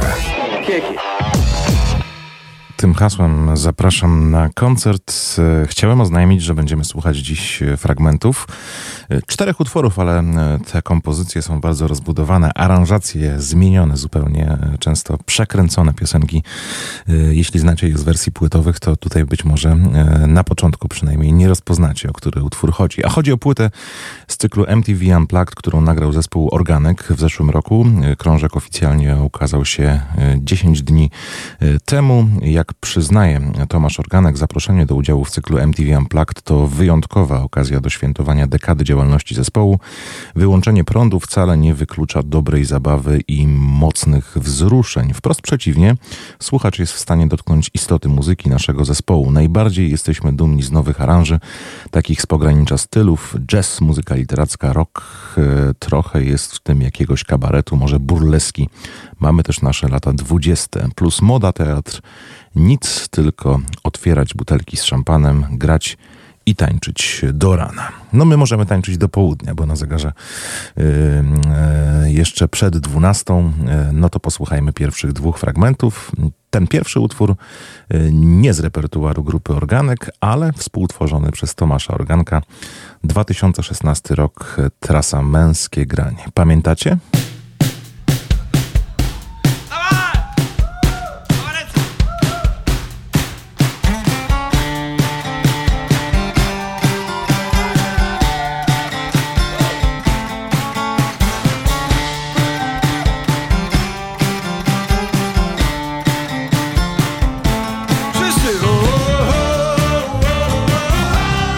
Tym hasłem zapraszam na koncert. Chciałem oznajmić, że będziemy słuchać dziś fragmentów 4 utworów, ale te kompozycje są bardzo rozbudowane, aranżacje zmienione zupełnie, często przekręcone piosenki. Jeśli znacie je z wersji płytowych, to tutaj być może na początku przynajmniej nie rozpoznacie, o który utwór chodzi. A chodzi o płytę z cyklu MTV Unplugged, którą nagrał zespół Organic w zeszłym roku. Krążek oficjalnie ukazał się 10 dni temu. Jak przyznaje Tomasz Organek, zaproszenie do udziału w cyklu MTV Unplugged to wyjątkowa okazja do świętowania dekady działalności zespołu. Wyłączenie prądu wcale nie wyklucza dobrej zabawy i mocnych wzruszeń. Wprost przeciwnie, słuchacz jest w stanie dotknąć istoty muzyki naszego zespołu. Najbardziej jesteśmy dumni z nowych aranży, takich z pogranicza stylów, jazz, muzyka literacka, rock, trochę jest w tym jakiegoś kabaretu, może burleski. Mamy też nasze lata 20, plus moda, teatr. Nic, tylko otwierać butelki z szampanem, grać i tańczyć do rana. No my możemy tańczyć do południa, bo na zegarze jeszcze przed 12. No to posłuchajmy pierwszych 2 fragmentów. Ten pierwszy utwór nie z repertuaru grupy Organek, ale współtworzony przez Tomasza Organka. 2016 rok, trasa Męskie Granie. Pamiętacie?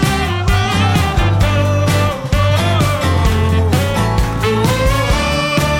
Oh,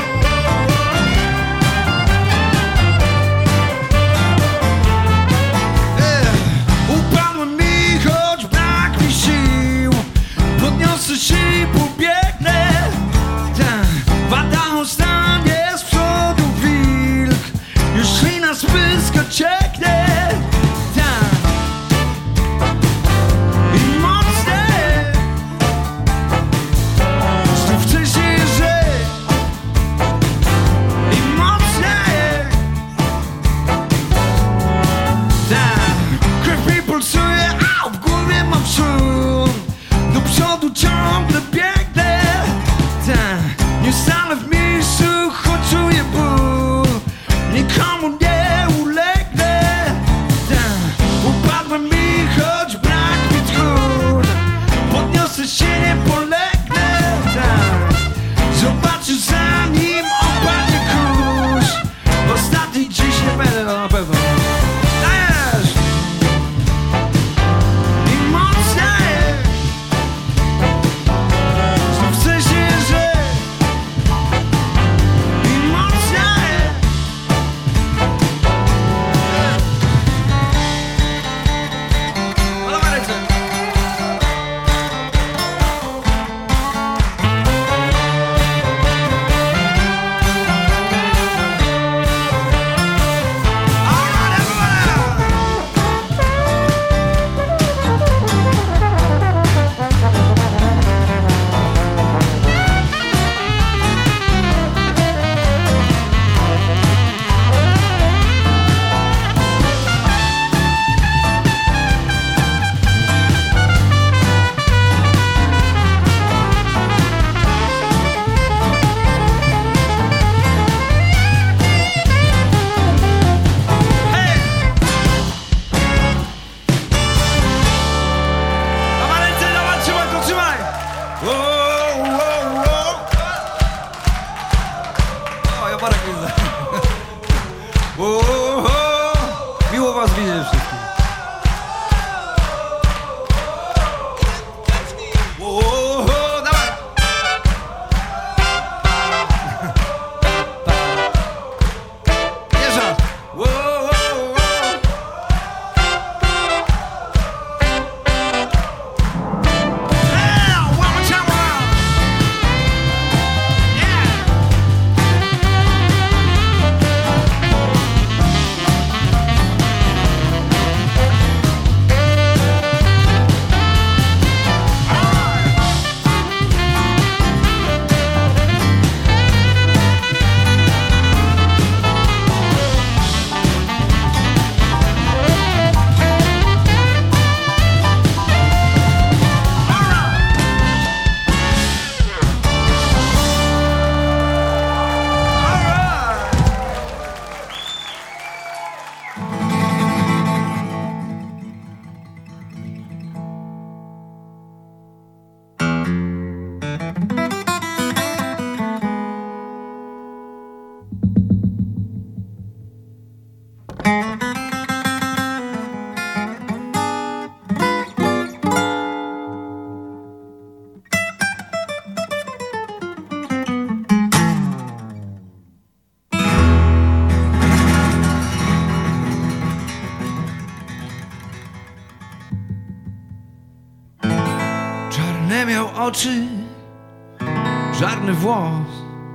czarne miał oczy, czarny włos.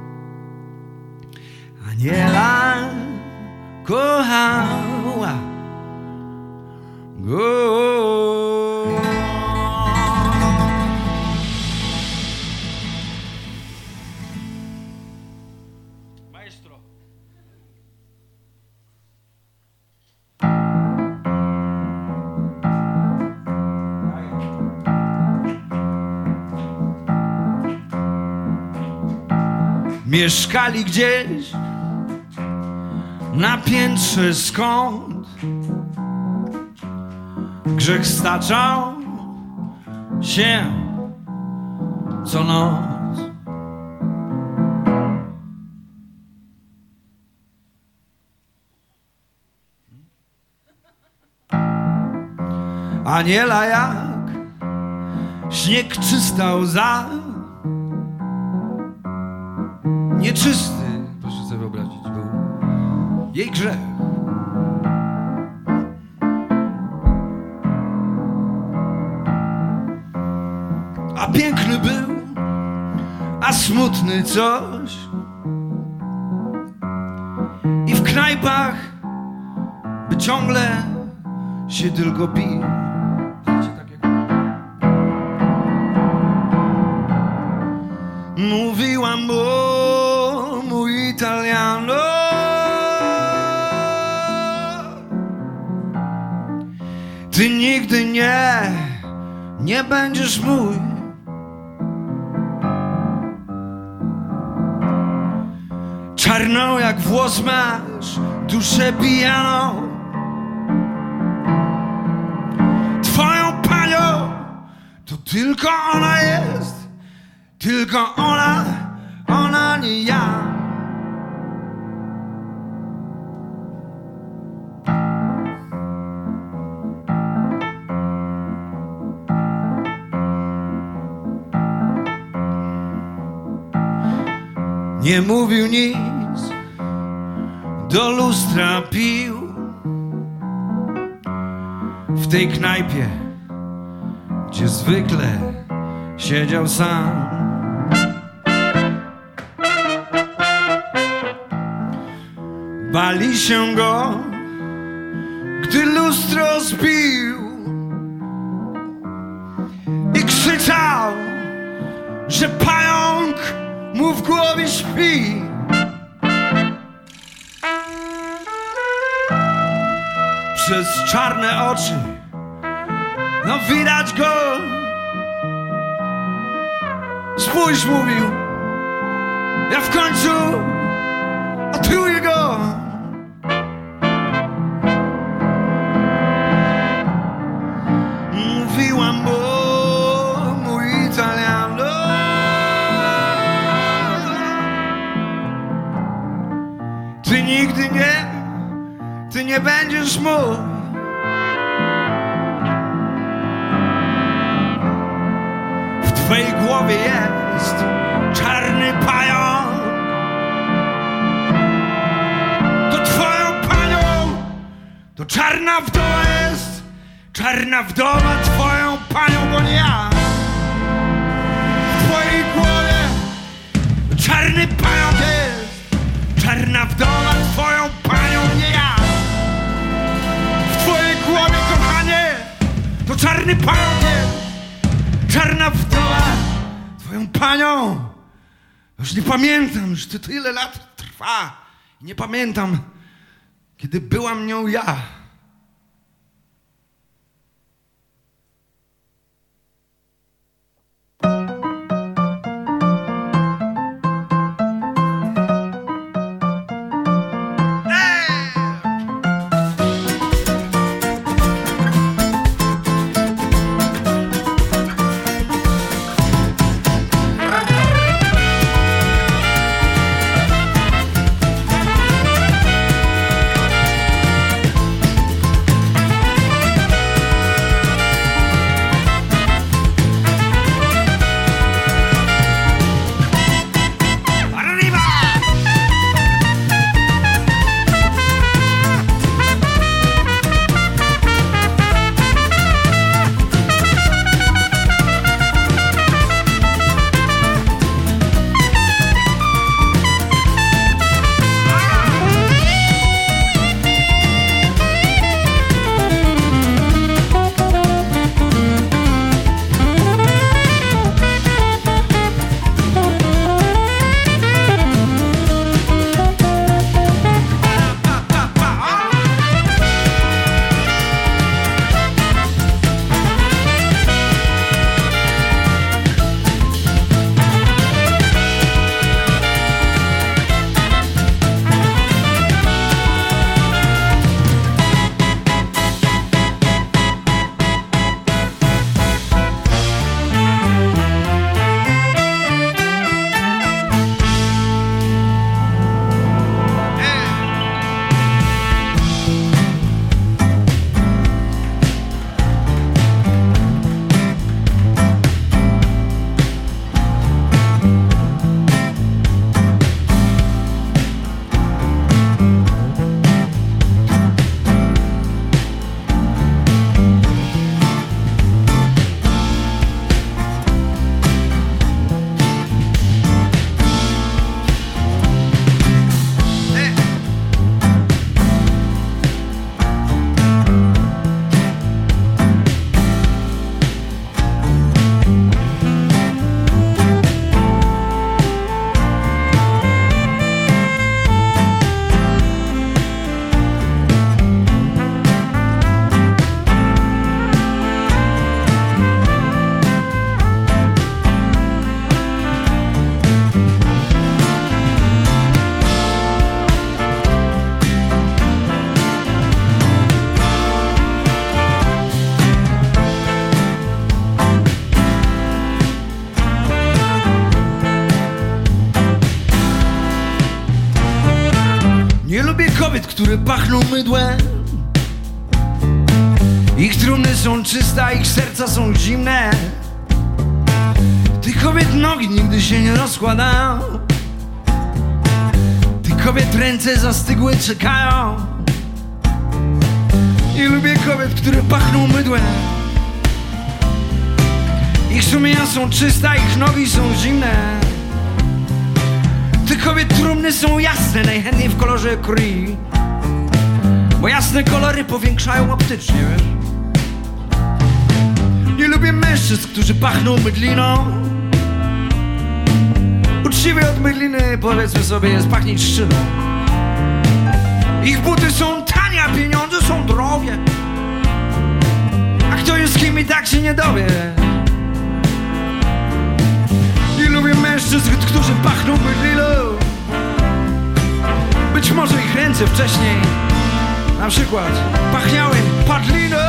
Aniela kochała go. Maestro. Mieszkali gdzieś na piętrze, skąd grzech staczał się co noc. Aniela jak śnieg czysta łza, nieczysty, proszę sobie wyobrazić, był jej grzech. A piękny był, a smutny coś. I w knajpach by ciągle się tylko pił. Mówiłam mu, mój Italiano, ty nigdy nie będziesz mój. Czarną jak włos masz, duszę pijaną. Twoją panią to tylko ona jest, tylko ona nie ja. Nie mówił nic, do lustra pił w tej knajpie, gdzie zwykle siedział sam. Bali się go, gdy lustro zbił i krzyczał, że pająk mu w głowie śpi. Przez czarne oczy, no widać go. Spójrz, mówił, ja w końcu otruję go. Mówiłam mu, mój Italiano, ty nigdy nie będziesz mój. W twojej głowie jest czarny pająk. To twoją panią, to czarna wdowa jest, czarna wdowa twoją panią, bo nie ja. W twojej głowie czarny pająk jest, czarna wdowa twoją panią, nie ja. W twojej głowie, kochanie, to czarny pająk jest, czarna wdowa twoją panią. Już nie pamiętam, że to tyle lat trwa. Nie pamiętam, kiedy byłam nią ja. kobiet, które pachną mydłem. Ich trumny są czyste, a ich serca są zimne. Tych kobiet nogi nigdy się nie rozkładają. Tych kobiet ręce zastygłe czekają. I lubię kobiet, które pachną mydłem. Ich sumienia są czyste, a ich nogi są zimne. Tych kobiet trumny są jasne, najchętniej w kolorze krwi. Bo jasne kolory powiększają optycznie, wiesz? Nie lubię mężczyzn, którzy pachną mydliną. Uczciwie od mydliny, powiedzmy sobie, jest pachnieć trzciną. Ich buty są tanie, a pieniądze są drogie. A kto jest kim i tak się nie dowie. Nie lubię mężczyzn, którzy pachną mydliną. Być może ich ręce wcześniej na przykład pachniały padliną.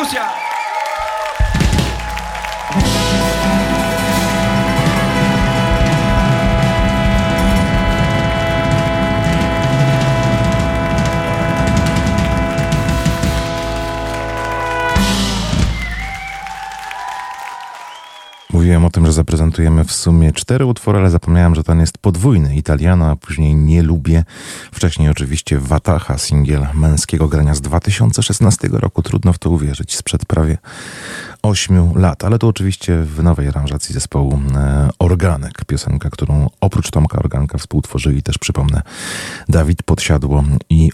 perkusja. Mówiłem o tym, że zaprezentujemy w sumie 4 utwory, ale zapomniałem, że ten jest podwójny. Italiano, a później Nie lubię. Wcześniej oczywiście Wataha, singiel męskiego grania z 2016 roku. Trudno w to uwierzyć, sprzed prawie 8 lat. Ale to oczywiście w nowej aranżacji zespołu Organek. Piosenka, którą oprócz Tomka Organka współtworzyli też, przypomnę, Dawid Podsiadło i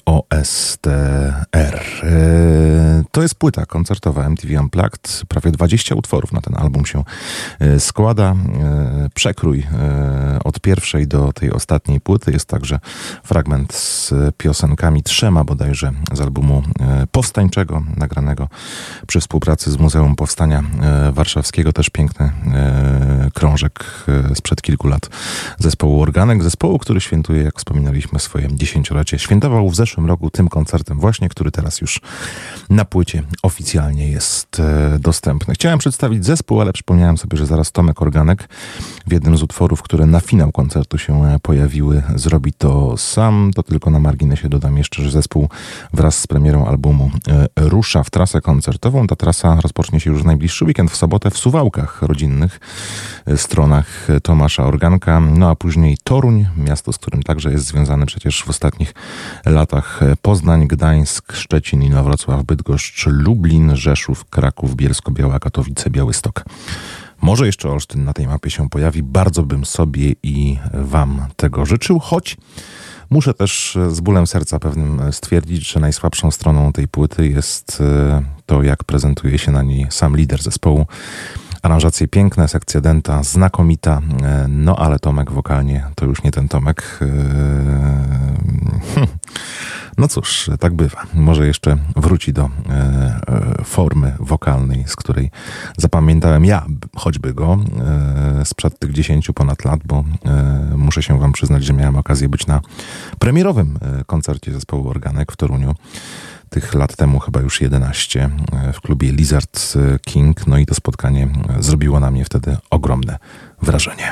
OSTR. To jest płyta koncertowa MTV Unplugged. Prawie 20 utworów na ten album się składa. Przekrój od pierwszej do tej ostatniej płyty. Jest także fragment z piosenkami 3 bodajże z albumu powstańczego, nagranego przy współpracy z Muzeum Powstania Warszawskiego. Też piękny krążek sprzed kilku lat zespołu Organek. Zespołu, który świętuje, jak wspominaliśmy, swoje 10-lecie. Świętował w zeszłym roku tym koncertem właśnie, który teraz już na płycie oficjalnie jest dostępny. Chciałem przedstawić zespół, ale przypomniałem sobie, że zaraz Tomek Organek w jednym z utworów, które na finał koncertu się pojawiły, zrobi to sam. To tylko na marginesie dodam jeszcze, że zespół wraz z premierą albumu rusza w trasę koncertową. Ta trasa rozpocznie się już w najbliższy weekend, w sobotę w Suwałkach, rodzinnych stronach Tomasza Organka. No a później Toruń, miasto, z którym także jest związany przecież w ostatnich latach Poznań, Gdańsk, Szczecin, Inowrocław, Bydgoszcz, Lublin, Rzeszów, Kraków, Bielsko-Biała, Katowice, Białystok. Może jeszcze Olsztyn na tej mapie się pojawi. Bardzo bym sobie i wam tego życzył, choć muszę też z bólem serca pewnym stwierdzić, że najsłabszą stroną tej płyty jest to, jak prezentuje się na niej sam lider zespołu. Aranżacje piękne, sekcja denta znakomita, no ale Tomek wokalnie to już nie ten Tomek. No cóż, tak bywa. Może jeszcze wróci do formy wokalnej, z której zapamiętałem ja choćby go sprzed tych 10 ponad lat, bo muszę się wam przyznać, że miałem okazję być na premierowym koncercie zespołu Organek w Toruniu. Tych lat temu chyba już 11 w klubie Lizard King. No i to spotkanie zrobiło na mnie wtedy ogromne wrażenie.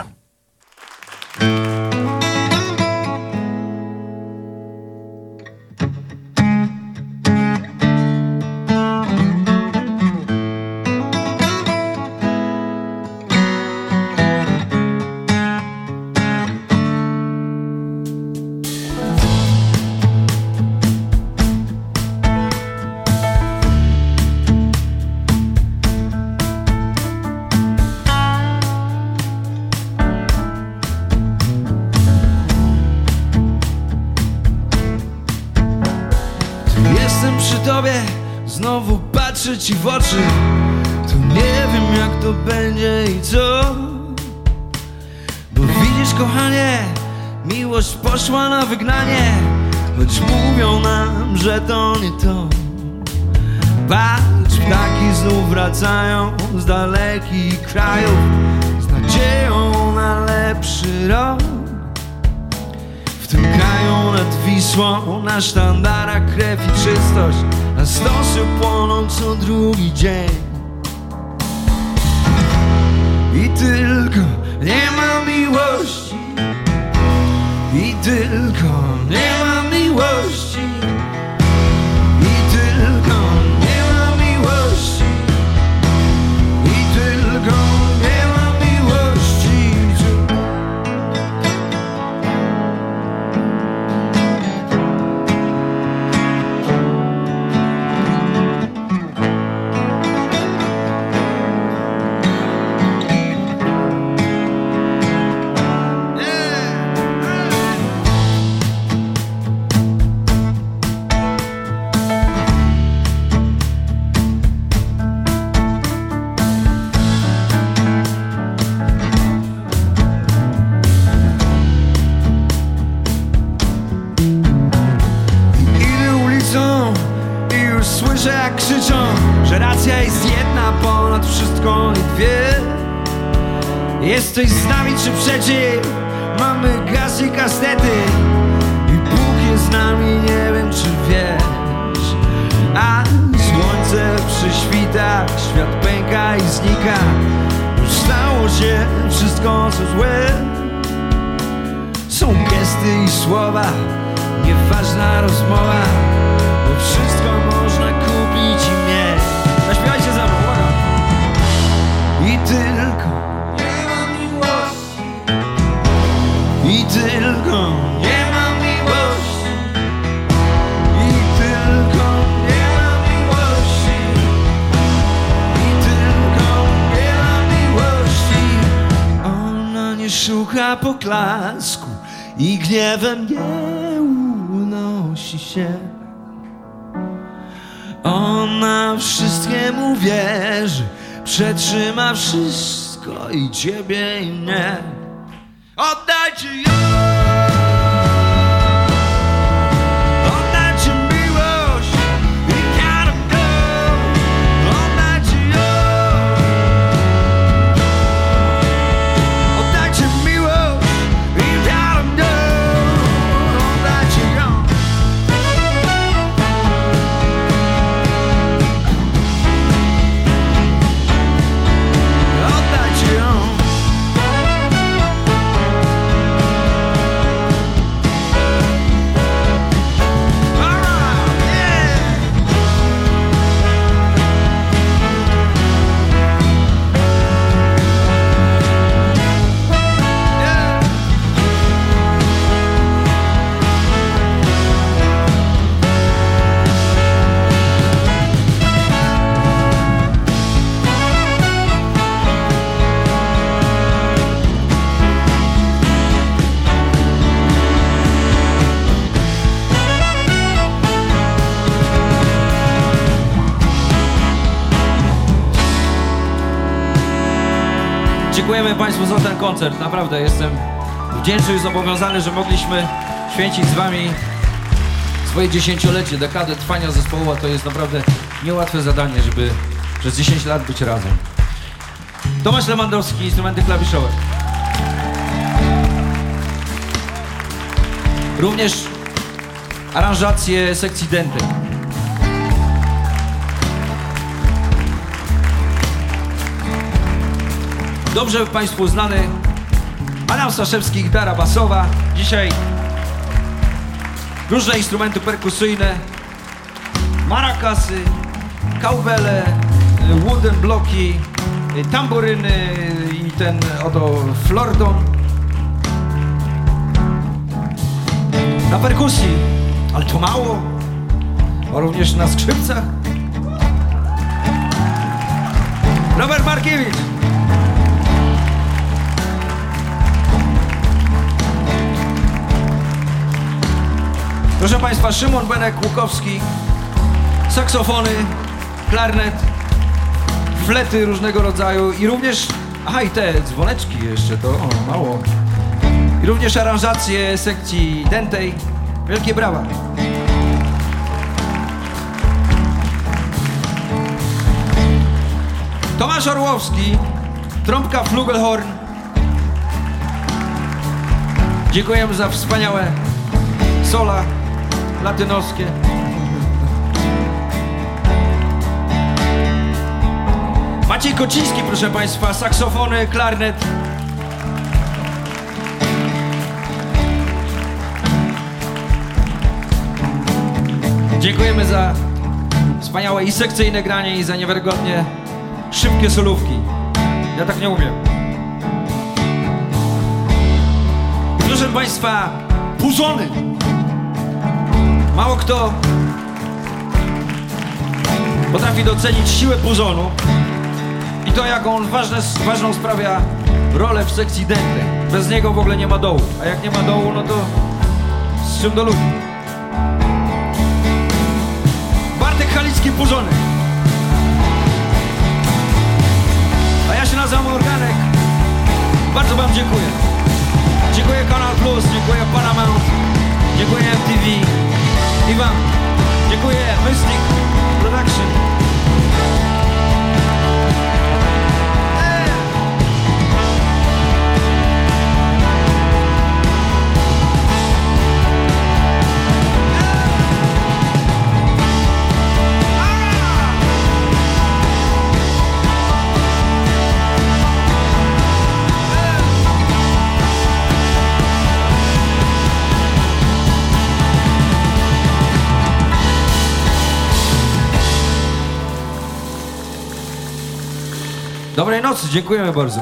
Znowu patrzę ci w oczy, to nie wiem jak to będzie i co. Bo widzisz, kochanie, miłość poszła na wygnanie, choć mówią nam, że to nie to. Patrz, ptaki znów wracają z dalekich krajów z nadzieją na lepszy rok. W tym kraju nad Wisłą na sztandarach krew i czystość, a stosy płoną co drugi dzień. I tylko nie ma miłości, i tylko nie ma miłości, i tylko nie ma miłości, i tylko nie ma miłości. Jak krzyczą, że racja jest jedna ponad wszystko i dwie. Jesteś z nami czy przeciw? Mamy gaz i kastety i Bóg jest z nami, nie wiem czy wiesz. A słońce przyświta wszystko co złe. Są gesty i słowa, nieważna rozmowa, bo wszystko można kupić i mieć. Zaśpiewajcie za mną, uwaga! I tylko nie ma miłości, i tylko nie ma miłości, i tylko nie ma miłości, i tylko nie ma miłości. Ona nie szuka poklasku i gniewem nie unosi się. Ona wszystkiemu wierzy, przetrzyma wszystko i ciebie i mnie. Oddajcie ją, oddajcie miłość i gotta go. Oddajcie ją, oddajcie miłość i gotta go. Oddajcie ją. Oddajcie ją. Dziękujemy Państwu za ten koncert. Naprawdę jestem wdzięczny i zobowiązany, że mogliśmy święcić z Wami swoje 10-lecie, dekadę trwania zespołu, a to jest naprawdę niełatwe zadanie, żeby przez 10 lat być razem. Tomasz Lewandowski, instrumenty klawiszowe. Również aranżacje sekcji Dentej. Dobrze Państwu znany Adam Staszewski, gitara basowa. Dzisiaj różne instrumenty perkusyjne, marakasy, kaubele, wooden bloki, tamburyny i ten oto flordon. Na perkusji, ale to mało, a również na skrzypcach Robert Markiewicz. Proszę Państwa, Szymon Benek-Łukowski, saksofony, klarnet, flety różnego rodzaju i również, aha, i te dzwoneczki jeszcze, to mało. I również aranżacje sekcji Dentej. Wielkie brawa. Tomasz Orłowski, trąbka, flugelhorn. Dziękujemy za wspaniałe sola latynoskie. Maciej Kociński, proszę Państwa, saksofony, klarnet. Dziękujemy za wspaniałe i sekcyjne granie i za niewiarygodnie szybkie solówki. Ja tak nie umiem. Proszę Państwa, puzony. Mało kto potrafi docenić siłę puzonu i to, jaką on ważną sprawia rolę w sekcji Dentej. Bez niego w ogóle nie ma dołu, a jak nie ma dołu, no to z czym do ludzi? Bartek Halicki, puzony. A ja się nazywam Organek. Bardzo Wam dziękuję. Dziękuję Kanal Plus, dziękuję Paramount, dziękuję MTV i Wam. Dziękuję Mystic Production. Dobrej nocy, dziękujemy bardzo.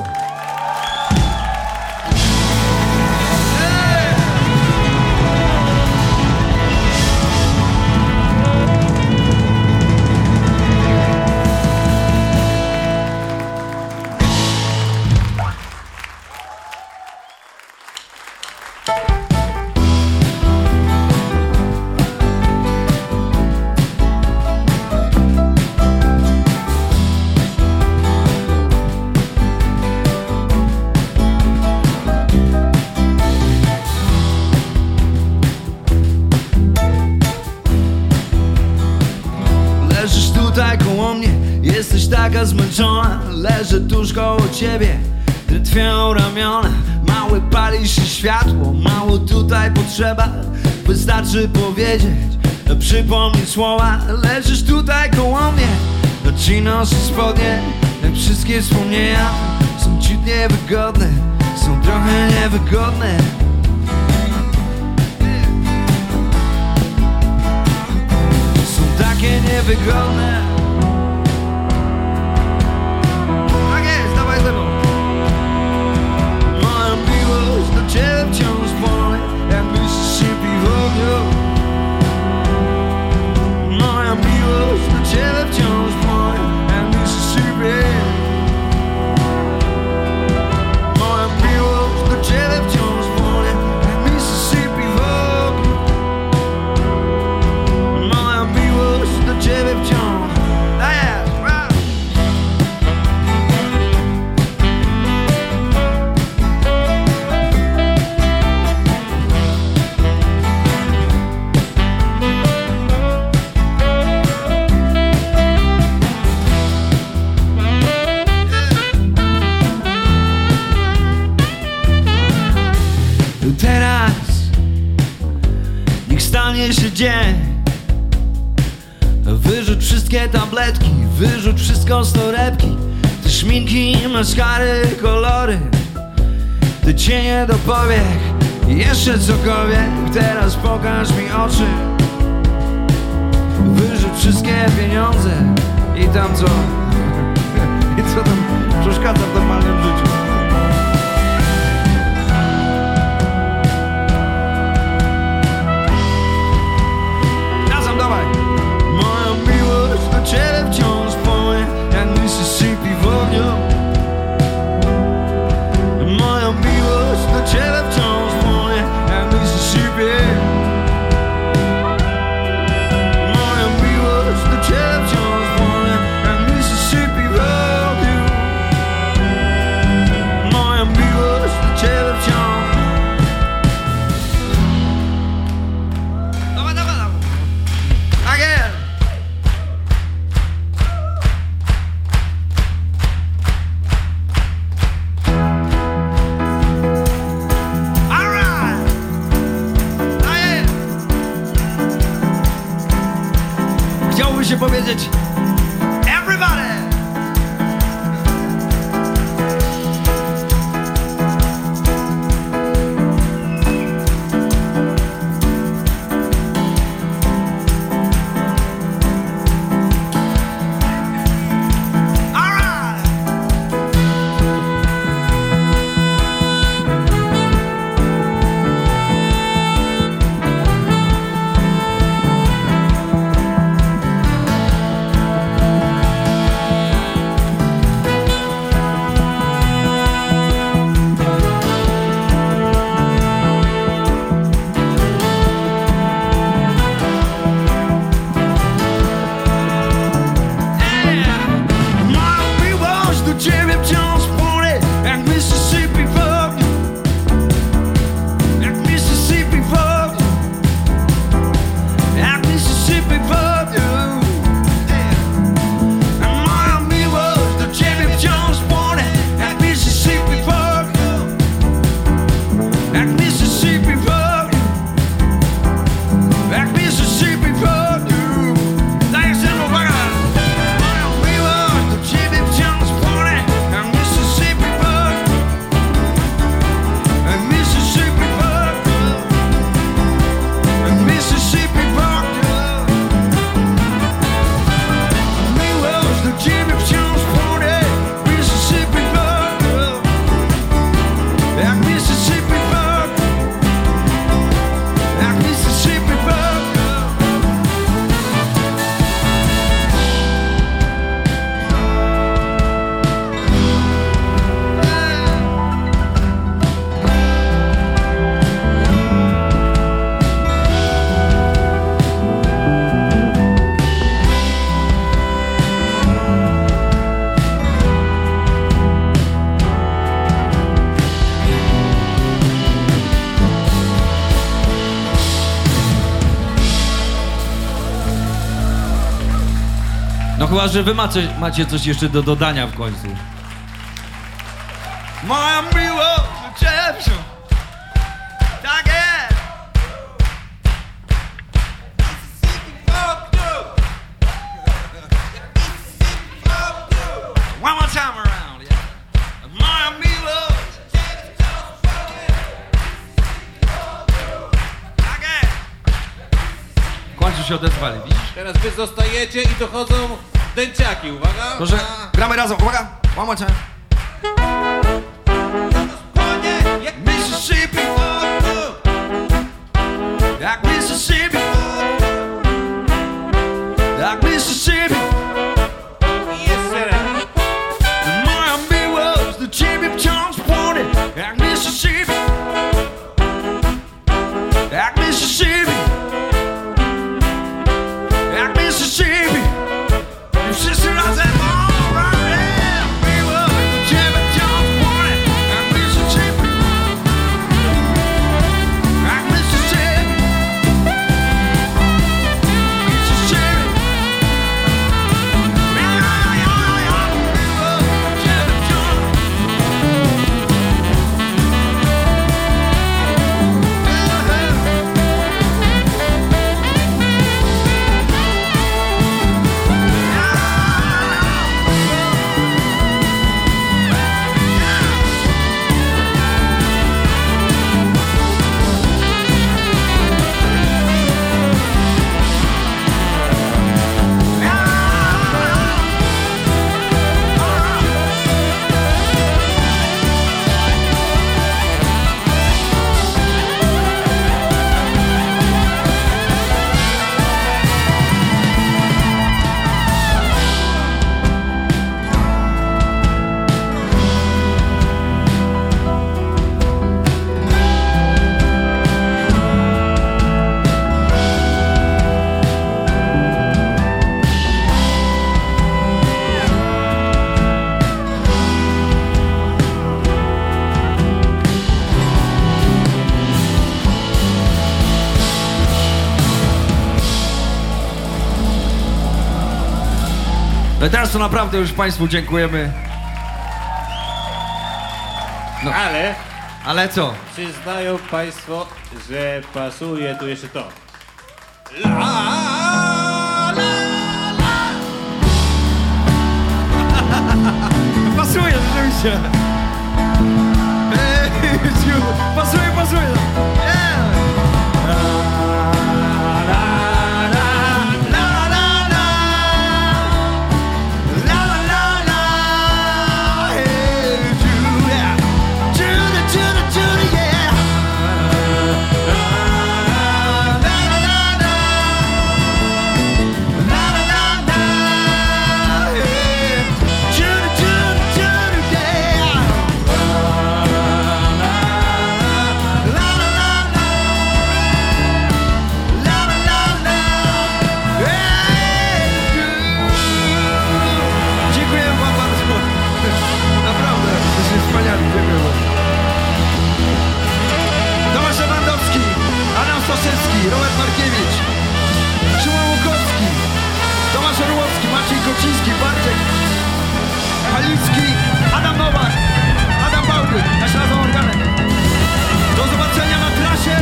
Taka zmęczona, leżę tuż koło ciebie, drętwią ramiona. Małe pali się światło, mało tutaj potrzeba. Wystarczy powiedzieć, przypomnieć słowa. Leżysz tutaj koło mnie, ci noszę spodnie. Wszystkie wspomnienia są ciut niewygodne, są trochę niewygodne. Są takie niewygodne. Ciebie wciąż płonie, jak Mississippi w ogniu. Moja miłość do ciebie wciąż płonie, jak Mississippi. Moja miłość do ciebie wciąż płonie, jak Mississippi w ogniu. Moja miłość do ciebie wciąż. Teraz niech stanie się dzień. Wyrzuć wszystkie tabletki, wyrzuć wszystko z torebki. Te szminki, maskary, kolory, te cienie do powiek i jeszcze cokolwiek. Teraz pokaż mi oczy. Wyrzuć wszystkie pieniądze i tam co? I co tam przeszkadza w normalnym życiu? Moja miłość do ciebie wciąż płonie, jak Mississippi w ogniu. Moja miłość do ciebie wciąż płonie, jak Mississippi. Moja miłość do ciebie wciąż płonie, jak Mississippi w ogniu. Moja miłość do ciebie wciąż. Chciałbym się powiedzieć everybody! No chyba, że wy macie coś jeszcze do dodania w końcu. Moja miłość do ciebie. Tak jest. One more time around, yeah. Moja miłość. Tak jest. W końcu się odezwali, widzisz? Teraz wy zostajecie i dochodzą dęciaki, uwaga! Proszę, gramy razem, uwaga! One more time. Mississippi, jak Mississippi, jak Mississippi. Yes, sir. Moja miłość do ciebie wciąż płonie, jak Mississippi, jak Mississippi, jak Mississippi. I wszyscy razem. Teraz to naprawdę już Państwu dziękujemy. No. Ale co? Przyznają Państwo, że pasuje tu jeszcze to. Pasuje, rzeczywiście. Pasuje. Yeah. Robert Markiewicz, Szymon Łukowski, Tomasz Orłowski, Maciej Kociński, Bartek Halicki, Adam Nowak, Adam Bałdyk, nasz razem organek. Do zobaczenia na trasie.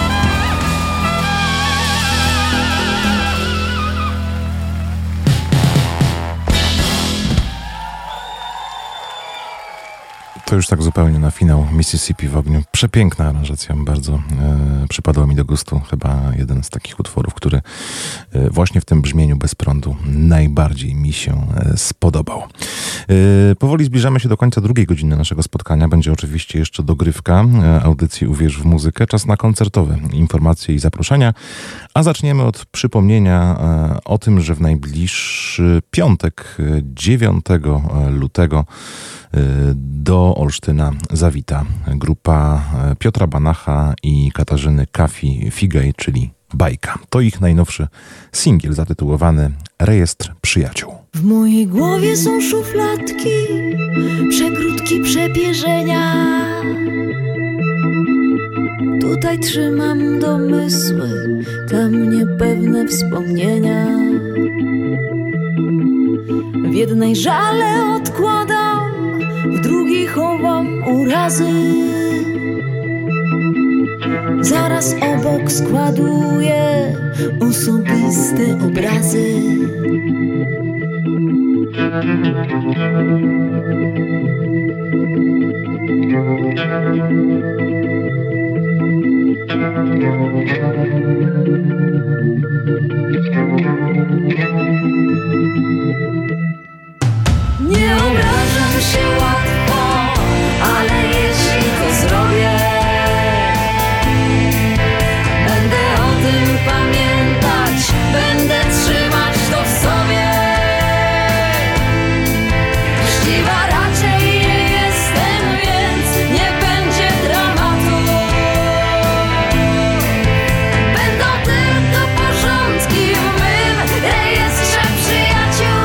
To już tak zupełnie na finał Mississippi w ogniu. Przepiękna aranżacja, bardzo przypadła mi do gustu. Chyba jeden z takich utworów, który właśnie w tym brzmieniu bez prądu najbardziej mi się spodobał. Powoli zbliżamy się do końca drugiej godziny naszego spotkania. Będzie oczywiście jeszcze dogrywka audycji Uwierz w muzykę. Czas na koncertowe informacje i zaproszenia. A zaczniemy od przypomnienia o tym, że w najbliższy piątek 9 lutego do Olsztyna zawita grupa Piotra Banacha i Katarzyny Kafi-Figej, czyli Bajka. To ich najnowszy singiel zatytułowany Rejestr Przyjaciół. W mojej głowie są szufladki, przegródki, przepierzenia. Tutaj trzymam domysły, tam niepewne wspomnienia. jednej żale odkładam, w drugiej chowam urazy. Zaraz obok składuję osobiste obrazy. Nie obrażam się łatwo, ale jeśli to zrobię, będę o tym pamiętać, będę trzymać to w sobie. Chciwa raczej nie jestem, więc nie będzie dramatu. Będą tylko porządki w mym rejestrze przyjaciół.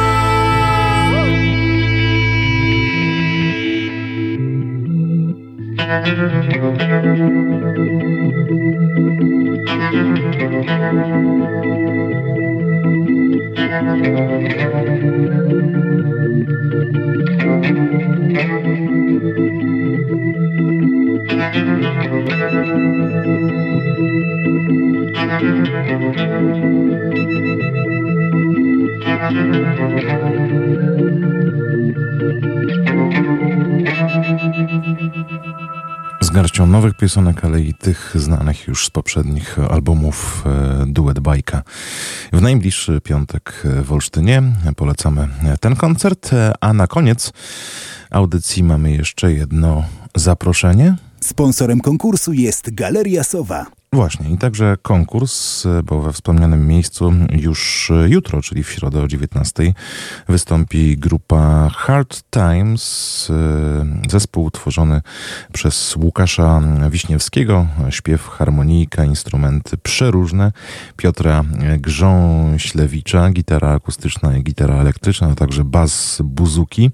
Z garścią nowych piosenek, ale i tych znanych już z poprzednich albumów, duet Bajka. W najbliższy piątek w Olsztynie polecamy ten koncert, a na koniec audycji mamy jeszcze jedno zaproszenie. Sponsorem konkursu jest Galeria Sowa. Właśnie, i także konkurs, bo we wspomnianym miejscu już jutro, czyli w środę o 19:00 wystąpi grupa Hard Times, zespół tworzony przez Łukasza Wiśniewskiego, śpiew, harmonijka, instrumenty przeróżne, Piotra Grząślewicza, gitara akustyczna i gitara elektryczna, a także bas buzuki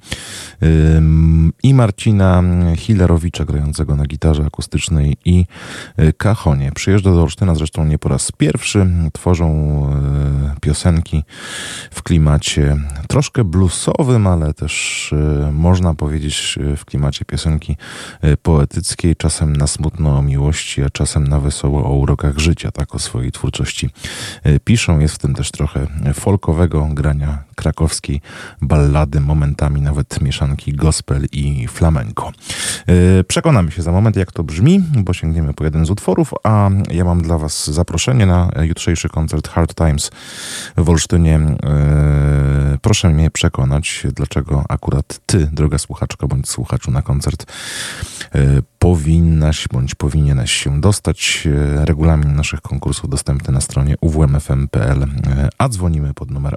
i Marcina Hillerowicza grającego na gitarze akustycznej i cajonie. Przyjeżdża do Olsztyna zresztą nie po raz pierwszy. Tworzą piosenki w klimacie troszkę bluesowym, ale też można powiedzieć w klimacie piosenki poetyckiej, czasem na smutno o miłości, a czasem na wesoło o urokach życia. Tak o swojej twórczości piszą. Jest w tym też trochę folkowego grania, krakowskiej ballady, momentami nawet mieszanki gospel i flamenco. Przekonamy się za moment, jak to brzmi, bo sięgniemy po jeden z utworów, a ja mam dla was zaproszenie na jutrzejszy koncert Hard Times w Olsztynie. Proszę mnie przekonać, dlaczego akurat ty, droga słuchaczko bądź słuchaczu, na koncert powinnaś bądź powinieneś się dostać. Regulamin naszych konkursów dostępny na stronie uwmfm.pl, a dzwonimy pod numer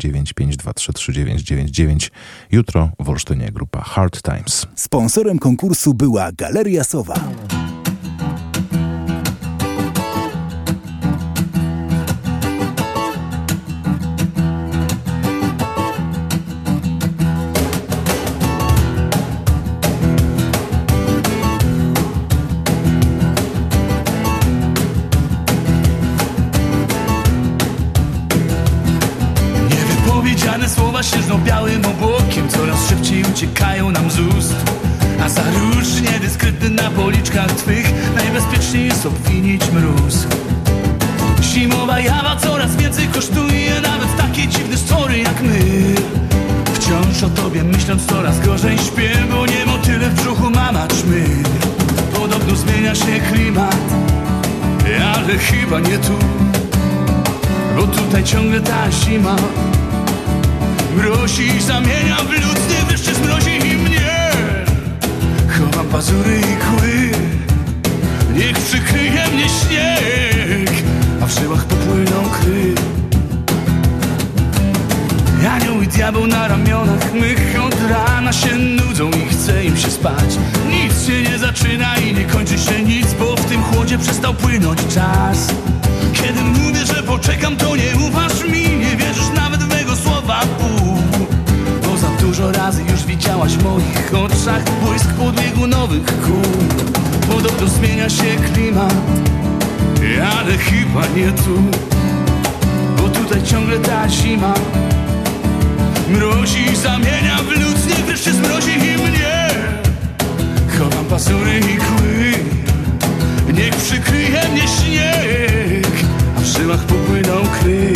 895233999. Jutro w Olsztynie grupa Hard Times. Sponsorem konkursu była Galeria Sowa. Słowa śnieżno-białym obłokiem coraz szybciej uciekają nam z ust. A za róż niedyskretny na policzkach twych najbezpieczniej jest obwinić mróz. Zimowa jawa coraz więcej kosztuje, nawet takie dziwne stwory jak my. Wciąż o tobie myśląc coraz gorzej śpię, bo nie motyle w brzuchu mama czmy. Podobno zmienia się klimat, ale chyba nie tu, bo tutaj ciągle ta zima mrozi i zamienia w lód, nie wreszcie zmrozi i mnie. Chowam pazury i kły, niech przykryje mnie śnieg, a w żyłach popłyną kry. Anioł i diabeł na ramionach mych od rana się nudzą i chce im się spać. Nic się nie zaczyna i nie kończy się nic, bo w tym chłodzie przestał płynąć czas. Kiedy mówię, że poczekam, to nie ufasz mi, nie wierzysz nawet w mego słowa pół. Bo za dużo razy już widziałaś w moich oczach błysk podbiegunowych kół. Podobno zmienia się klimat, ale chyba nie tu, bo tutaj ciągle ta zima Mrozi, zamienia w lód, niech wreszcie zmrozi i mnie. Chowam pazury i kły, niech przykryje mnie śnieg, a w żyłach popłyną kry.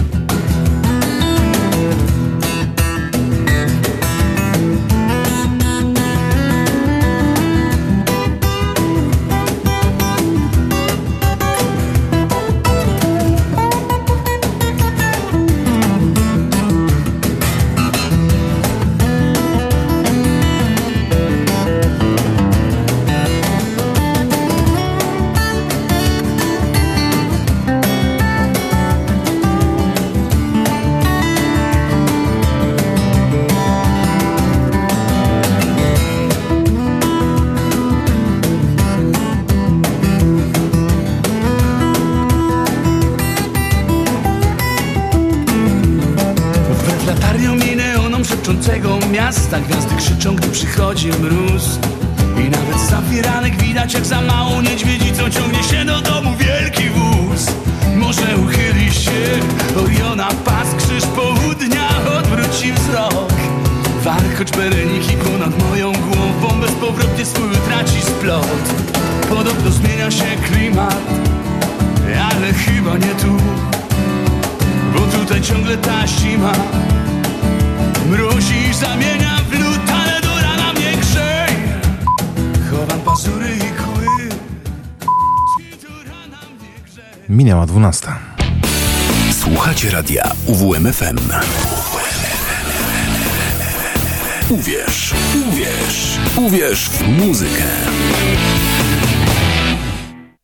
Miasta gwiazdy krzyczą, gdy przychodzi mróz. I nawet za firanek widać, jak za małą niedźwiedzicą ciągnie się do domu wielki wóz. Może uchyli się Oriona pas, krzyż południa odwróci wzrok. Warkocz bereniki ponad moją głową bezpowrotnie swój utraci splot. Podobno zmienia się klimat, ale chyba nie tu, bo tutaj ciągle ta zima mrozi, zamienia w lód, ale do rana mnie grzeje. Chowam pazury i kły. Minęła 12. Słuchacie radia UWMFM. Uwierz w muzykę.